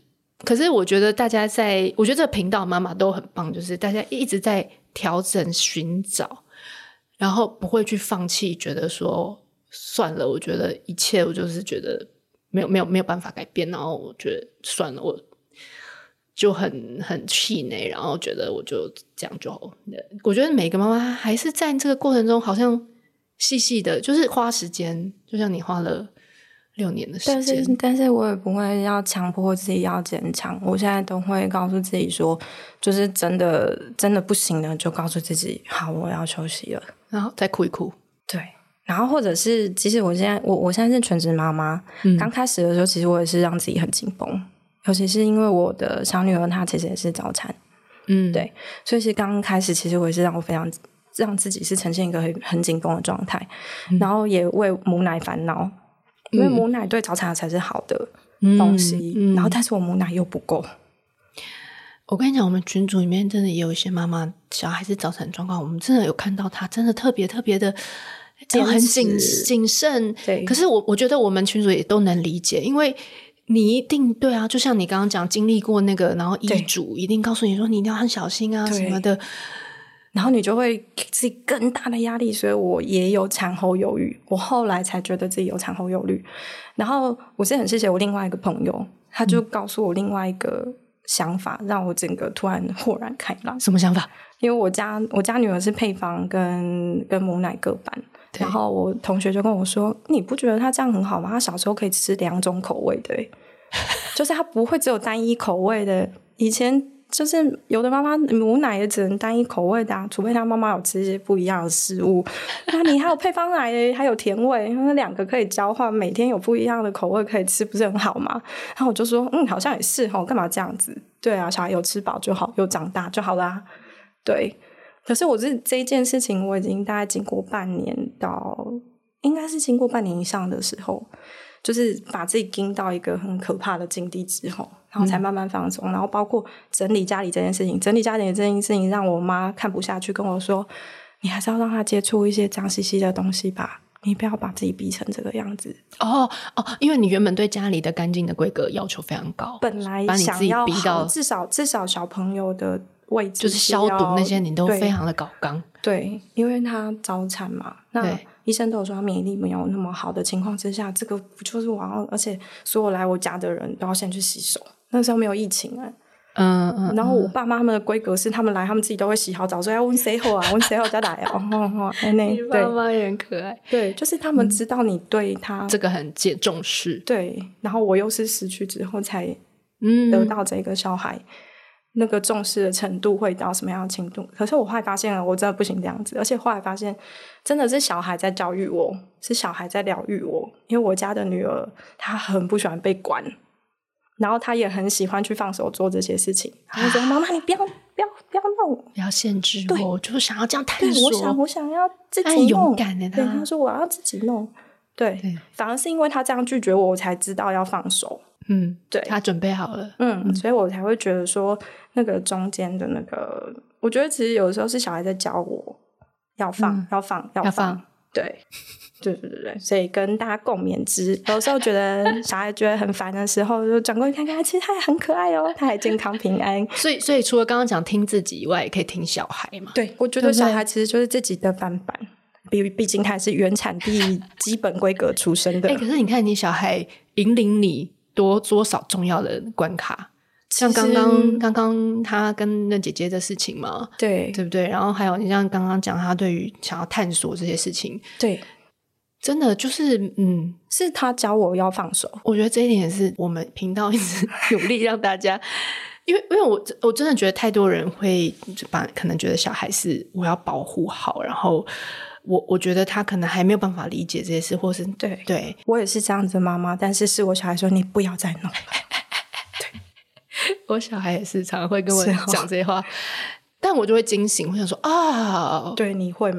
可是我觉得大家我觉得这个频道妈妈都很棒，就是大家一直在调整寻找，然后不会去放弃，觉得说算了，我觉得一切我就是觉得没有办法改变，然后我觉得算了，我就很气馁，然后觉得我就这样就好。我觉得每个妈妈还是在这个过程中好像细细的就是花时间，就像你花了6年的时间， 但是我也不会要强迫自己要坚强，我现在都会告诉自己说，就是真的不行了，就告诉自己好，我要休息了， 然后再哭一哭。 对，然后或者是其实我现在是全职妈妈，刚开始的时候其实我也是让自己很紧绷，尤其是因为我的小女儿她其实也是早产，对，所以是刚开始其实我也是让自己是呈现一个很紧绷的状态，然后也为母奶烦恼，因为母奶对早产才是好的东西，然后但是我母奶又不够。 我跟你讲，我们群组里面真的也有一些妈妈小孩是早产状况，我们真的有看到她真的特别的很谨慎。 对， 可是我觉得我们群组也都能理解，因为你一定对啊，就像你刚刚讲经历过那个，然后医嘱一定告诉你说你一定要很小心啊什么的， 然后你就会给自己更大的压力，所以我也有产后忧郁，我后来才觉得自己有产后忧虑。然后我是很谢谢我另外一个朋友，他就告诉我另外一个想法，让我整个突然豁然开朗。 什么想法？ 因为我家女儿是配方跟母奶各半，然后我同学就跟我说，你不觉得她这样很好吗？她小时候可以吃2种口味的就是她不会只有单一口味的。以前就是有的妈妈母奶也只能单一口味的除非她妈妈有吃一些不一样的食物。那你还有配方奶还有甜味，那2个可以交换，每天有不一样的口味可以吃，不是很好吗？然后我就说好像也是干嘛这样子？对啊，小孩有吃饱就好，有长大就好啦。对，可是我这一件事情我已经大概经过半年应该是经过半年以上的时候，就是把自己盯到一个很可怕的境地之后，然后才慢慢放松，然后包括整理家里这件事情让我妈看不下去，跟我说你还是要让她接触一些脏兮兮的东西吧，你不要把自己逼成这个样子。 因为你原本对家里的干净的规格要求非常高， 本来把你自己逼到至少小朋友的位置就是消毒那些你都非常的搞刚。 对，因为他早产嘛，那医生都有说他免疫力没有那么好的情况之下，这个不就是而且所有来我家的人都要先去洗手，那时候没有疫情然后我爸妈他们的规格是他们来他们自己都会洗好澡，所以要问谁后问谁后再来你爸妈也很可爱。 对，就是他们知道你对他这个很重视。 对，然后我又是失去之后才得到这个小孩，那个重视的程度会到什么样的程度？可是我后来发现了，我真的不行这样子，而且后来发现真的是小孩在教育我，是小孩在疗愈我。因为我家的女儿她很不喜欢被管，然后她也很喜欢去放手做这些事情。她就说：“妈妈，你不要弄， 不要限制我，我就想要这样探索。 我想要自己弄。” 很勇敢的对，她说我要自己弄。对，反而是因为她这样拒绝我，我才知道要放手。对， 他准备好了。 所以我才会觉得说，那个中间的那个，我觉得其实有的时候是小孩在教我要放，要放。对，所以跟大家共勉之。有时候觉得小孩觉得很烦的时候，就转过去看看，其实他也很可爱他还健康平安。 所以除了刚刚讲听自己以外，也可以听小孩嘛。 对，我觉得小孩其实就是自己的翻版。毕竟他是原产地基本规格出身的。 可是你看你小孩引领你多少重要的关卡，像刚刚他跟那姐姐的事情嘛，对不对？然后还有你像刚刚讲他对于想要探索这些事情， 对， 真的就是是他教我要放手。 我觉得这一点也是我们频道一直努力让大家因为我真的觉得太多人会可能觉得小孩是我要保护好，然后我觉得他可能还没有办法理解这些事，或是对我也是这样子的妈妈，但是我小孩说你不要再弄了对，我小孩也是常常会跟我讲这些话但我就会惊醒，我想说啊， 对，你会吗？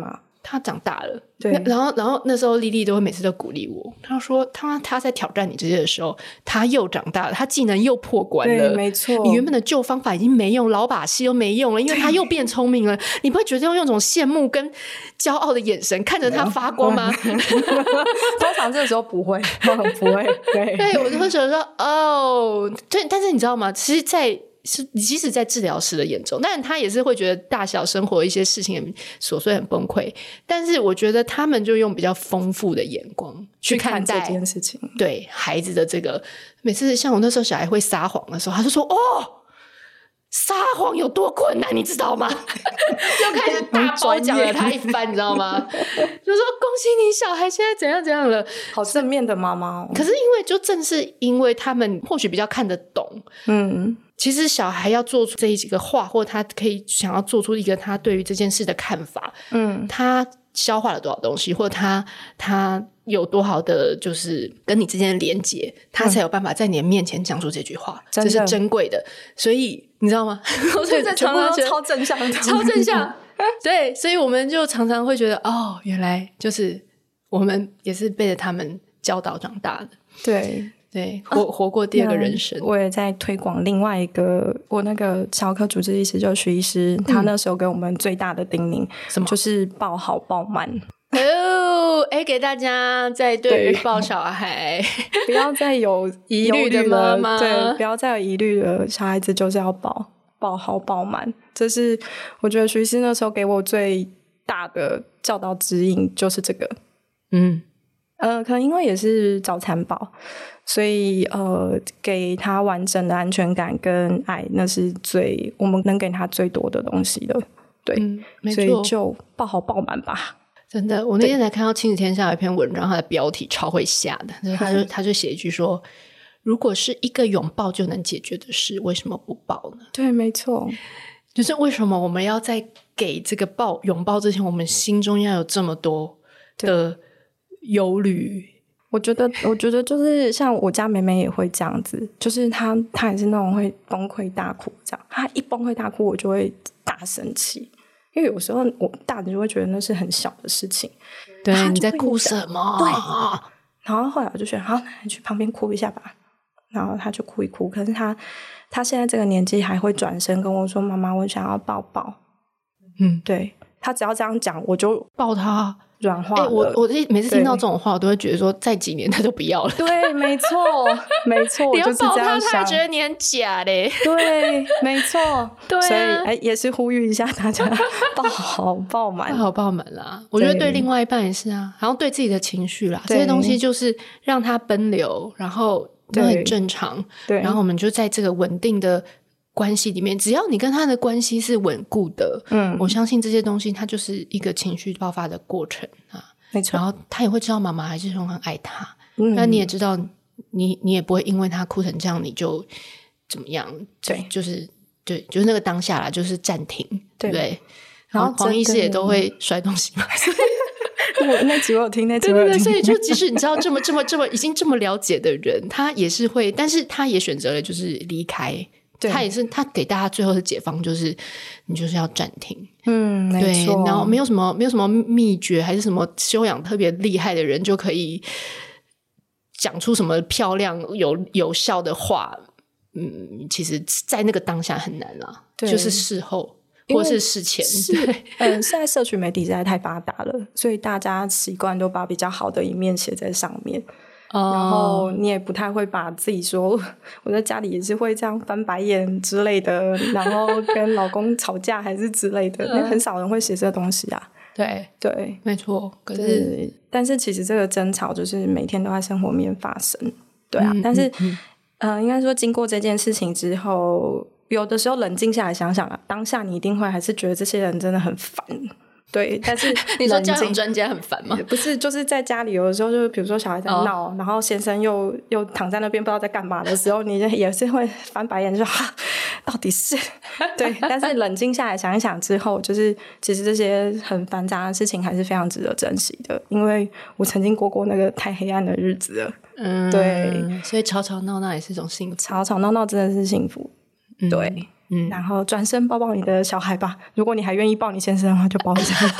他长大了。 对， 然后那时候莉莉都会每次都鼓励我，他说他在挑战你这些的时候，他又长大了，他技能又破关了。 对，没错， 你原本的旧方法已经没用，老把戏都没用了，因为他又变聪明了。你不会觉得用一种羡慕跟骄傲的眼神看着他发光吗？ 通常这个时候不会，不会。 对，我就会觉得说哦，对，但是你知道吗？其实即使在治疗师的眼中，但他也是会觉得大小生活一些事情很琐碎很崩溃，但是我觉得他们就用比较丰富的眼光去看待这件事情。 对孩子的这个，每次像我那时候小孩会撒谎的时候，他就说哦，撒谎有多困难你知道吗？就开始大褒奖了他一番，你知道吗？就说恭喜你小孩现在怎样怎样了， 好正面的妈妈哦。 可是因为就正是因为他们或许比较看得懂，其实小孩要做出这一几个话，或他可以想要做出一个他对于这件事的看法，他消化了多少东西，或者他有多好的就是跟你之间的连结，他才有办法在你的面前讲出这句话，这是珍贵的。所以你知道吗？我就在常常觉得超正向的， 超正向。对，所以我们就常常会觉得哦，原来就是我们也是被着他们教导长大的。对，活过第二个人生。 我也在推广另外一个，我那个小儿科主治医师就是徐医师，他那时候给我们最大的叮咛，什么就是抱好抱满。 给大家在对于抱小孩不要再有疑虑的妈妈， 对，不要再有疑虑了，小孩子就是要抱好抱满。这是我觉得徐医师那时候给我最大的教导指引，就是这个。可能因为也是早产宝，所以给他完整的安全感跟爱，那是我们能给他最多的东西的。对，所以就抱好抱满吧。 真的，我那天才看到亲子天下有一篇文章，它的标题超会下的，他就写一句说，如果是一个拥抱就能解决的事，为什么不抱呢？ 对，没错， 就是为什么我们要在给这个拥抱之前，我们心中要有这么多的忧虑。 我觉得就是像我家妹妹也会这样子，就是她也是那种会崩溃大哭这样，她一崩溃大哭我就会大生气，因为有时候我大人就会觉得那是很小的事情， 对，你在哭什么？ 对，然后后来我就觉得好，你去旁边哭一下吧，然后她就哭一哭，可是她现在这个年纪还会转身跟我说妈妈我想要抱抱，对，她只要这样讲我就抱她软化了。 我每次听到这种话我都会觉得说再几年他就不要了。 对，没错没错，我就是这样想。 你要抱他觉得你很假嘞。 对，没错。 对啊， 所以也是呼吁一下大家抱好抱满， 抱好抱满啦。我觉得对另外一半也是啊，然后对自己的情绪啦，这些东西就是让它奔流，然后都很正常。对，然后我们就在这个稳定的关系里面，只要你跟他的关系是稳固的，我相信这些东西它就是一个情绪爆发的过程啊， 没错。 然后他也会知道妈妈还是很爱他，那你也知道你也不会因为他哭成这样你就怎么样，对，就是那个当下啦，就是暂停，对不对？然后黄医师也都会摔东西嘛。 那集我有听，那集我有听。 对，所以就即使你知道这么已经这么了解的人，他也是会，但是他也选择了就是离开。他也是，他给大家最后的解放就是你就是要暂停， 没错。 然后没有什么秘诀还是什么修养特别厉害的人就可以讲出什么漂亮有效的话，其实在那个当下很难啊，就是事后或是事前。 现在社群媒体实在太发达了，所以大家习惯都把比较好的一面写在上面。然后你也不太会把自己说我在家里也是会这样翻白眼之类的，然后跟老公吵架还是之类的，那很少人会写这东西啊。对， 没错。可是但是其实这个争吵就是每天都在生活面发生，对啊。但是应该说经过这件事情之后，有的时候冷静下来想想啊，当下你一定会还是觉得这些人真的很烦。对，但是你说教养专家很烦吗？ 不是，就是在家里有的时候，就是比如说小孩在闹，然后先生又躺在那边不知道在干嘛的时候，你也是会翻白眼，就说哈，到底是对。但是冷静下来想一想之后，就是其实这些很繁杂的事情还是非常值得珍惜的，因为我曾经过那个太黑暗的日子了。对， 所以吵吵闹闹也是一种幸福， 吵吵闹闹真的是幸福。对。然后转身抱抱你的小孩吧，如果你还愿意抱你先生的话就抱一下。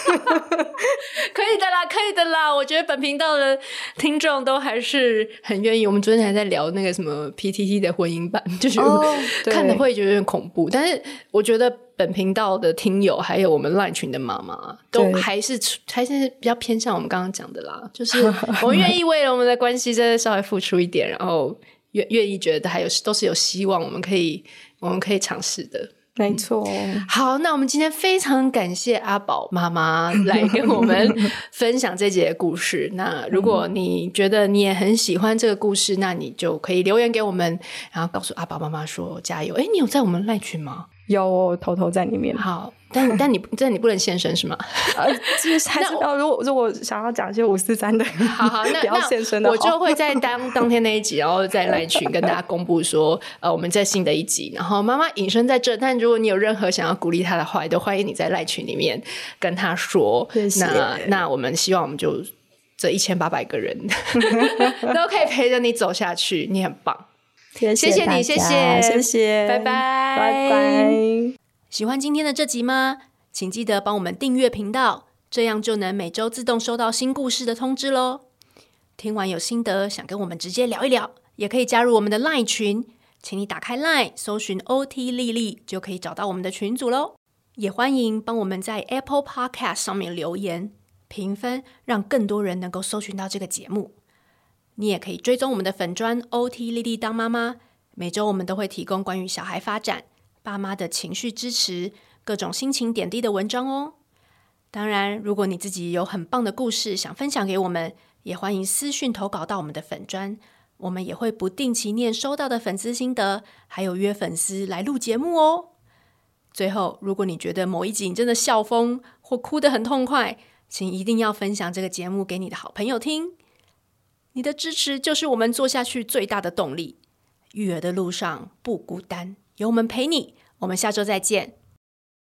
可以的啦，可以的啦。我觉得本频道的听众都还是很愿意。我们昨天还在聊那个什么 PTT 的婚姻版，就是看了会觉得有点恐怖。但是我觉得本频道的听友还有我们 LINE 群的妈妈都还是比较偏向我们刚刚讲的啦，就是我们愿意为了我们的关系再稍微付出一点，然后愿意觉得都是有希望，我们可以尝试的。 没错。 好，那我们今天非常感谢阿宝妈妈来跟我们分享这节故事。那如果你觉得你也很喜欢这个故事，那你就可以留言给我们，然后告诉阿宝妈妈说加油。你有在我们LINE群吗？ 有，我偷偷在里面。 好，但你不能现身是吗？ 就是还是如果想要讲一些543的， 好，那不要现身的， 我就会在当天那一集，然后在LINE群跟大家公布说，我们在新的一集，然后妈妈隐身在这。但如果你有任何想要鼓励她的话，都欢迎你在LINE群里面跟她说。 谢谢。 那我们希望我们就这1800个人都可以陪着你走下去，你很棒。谢谢你，谢谢，拜拜， 拜拜。 喜欢今天的这集吗？请记得帮我们订阅频道，这样就能每周自动收到新故事的通知咯。听完有心得，想跟我们直接聊一聊，也可以加入我们的 LINE 群，请你打开 LINE 搜寻 OT 丽丽，就可以找到我们的群组咯。也欢迎帮我们在 Apple Podcast 上面留言评分，让更多人能够搜寻到这个节目。你也可以追踪我们的粉专 OT 丽丽当妈妈，每周我们都会提供关于小孩发展、爸妈的情绪支持、各种心情点滴的文章哦。当然，如果你自己有很棒的故事想分享给我们，也欢迎私讯投稿到我们的粉专，我们也会不定期念收到的粉丝心得，还有约粉丝来录节目哦。最后，如果你觉得某一集你真的笑疯或哭得很痛快，请一定要分享这个节目给你的好朋友听。你的支持就是我们做下去最大的动力。育儿的路上不孤单，有我们陪你。我们下周再见，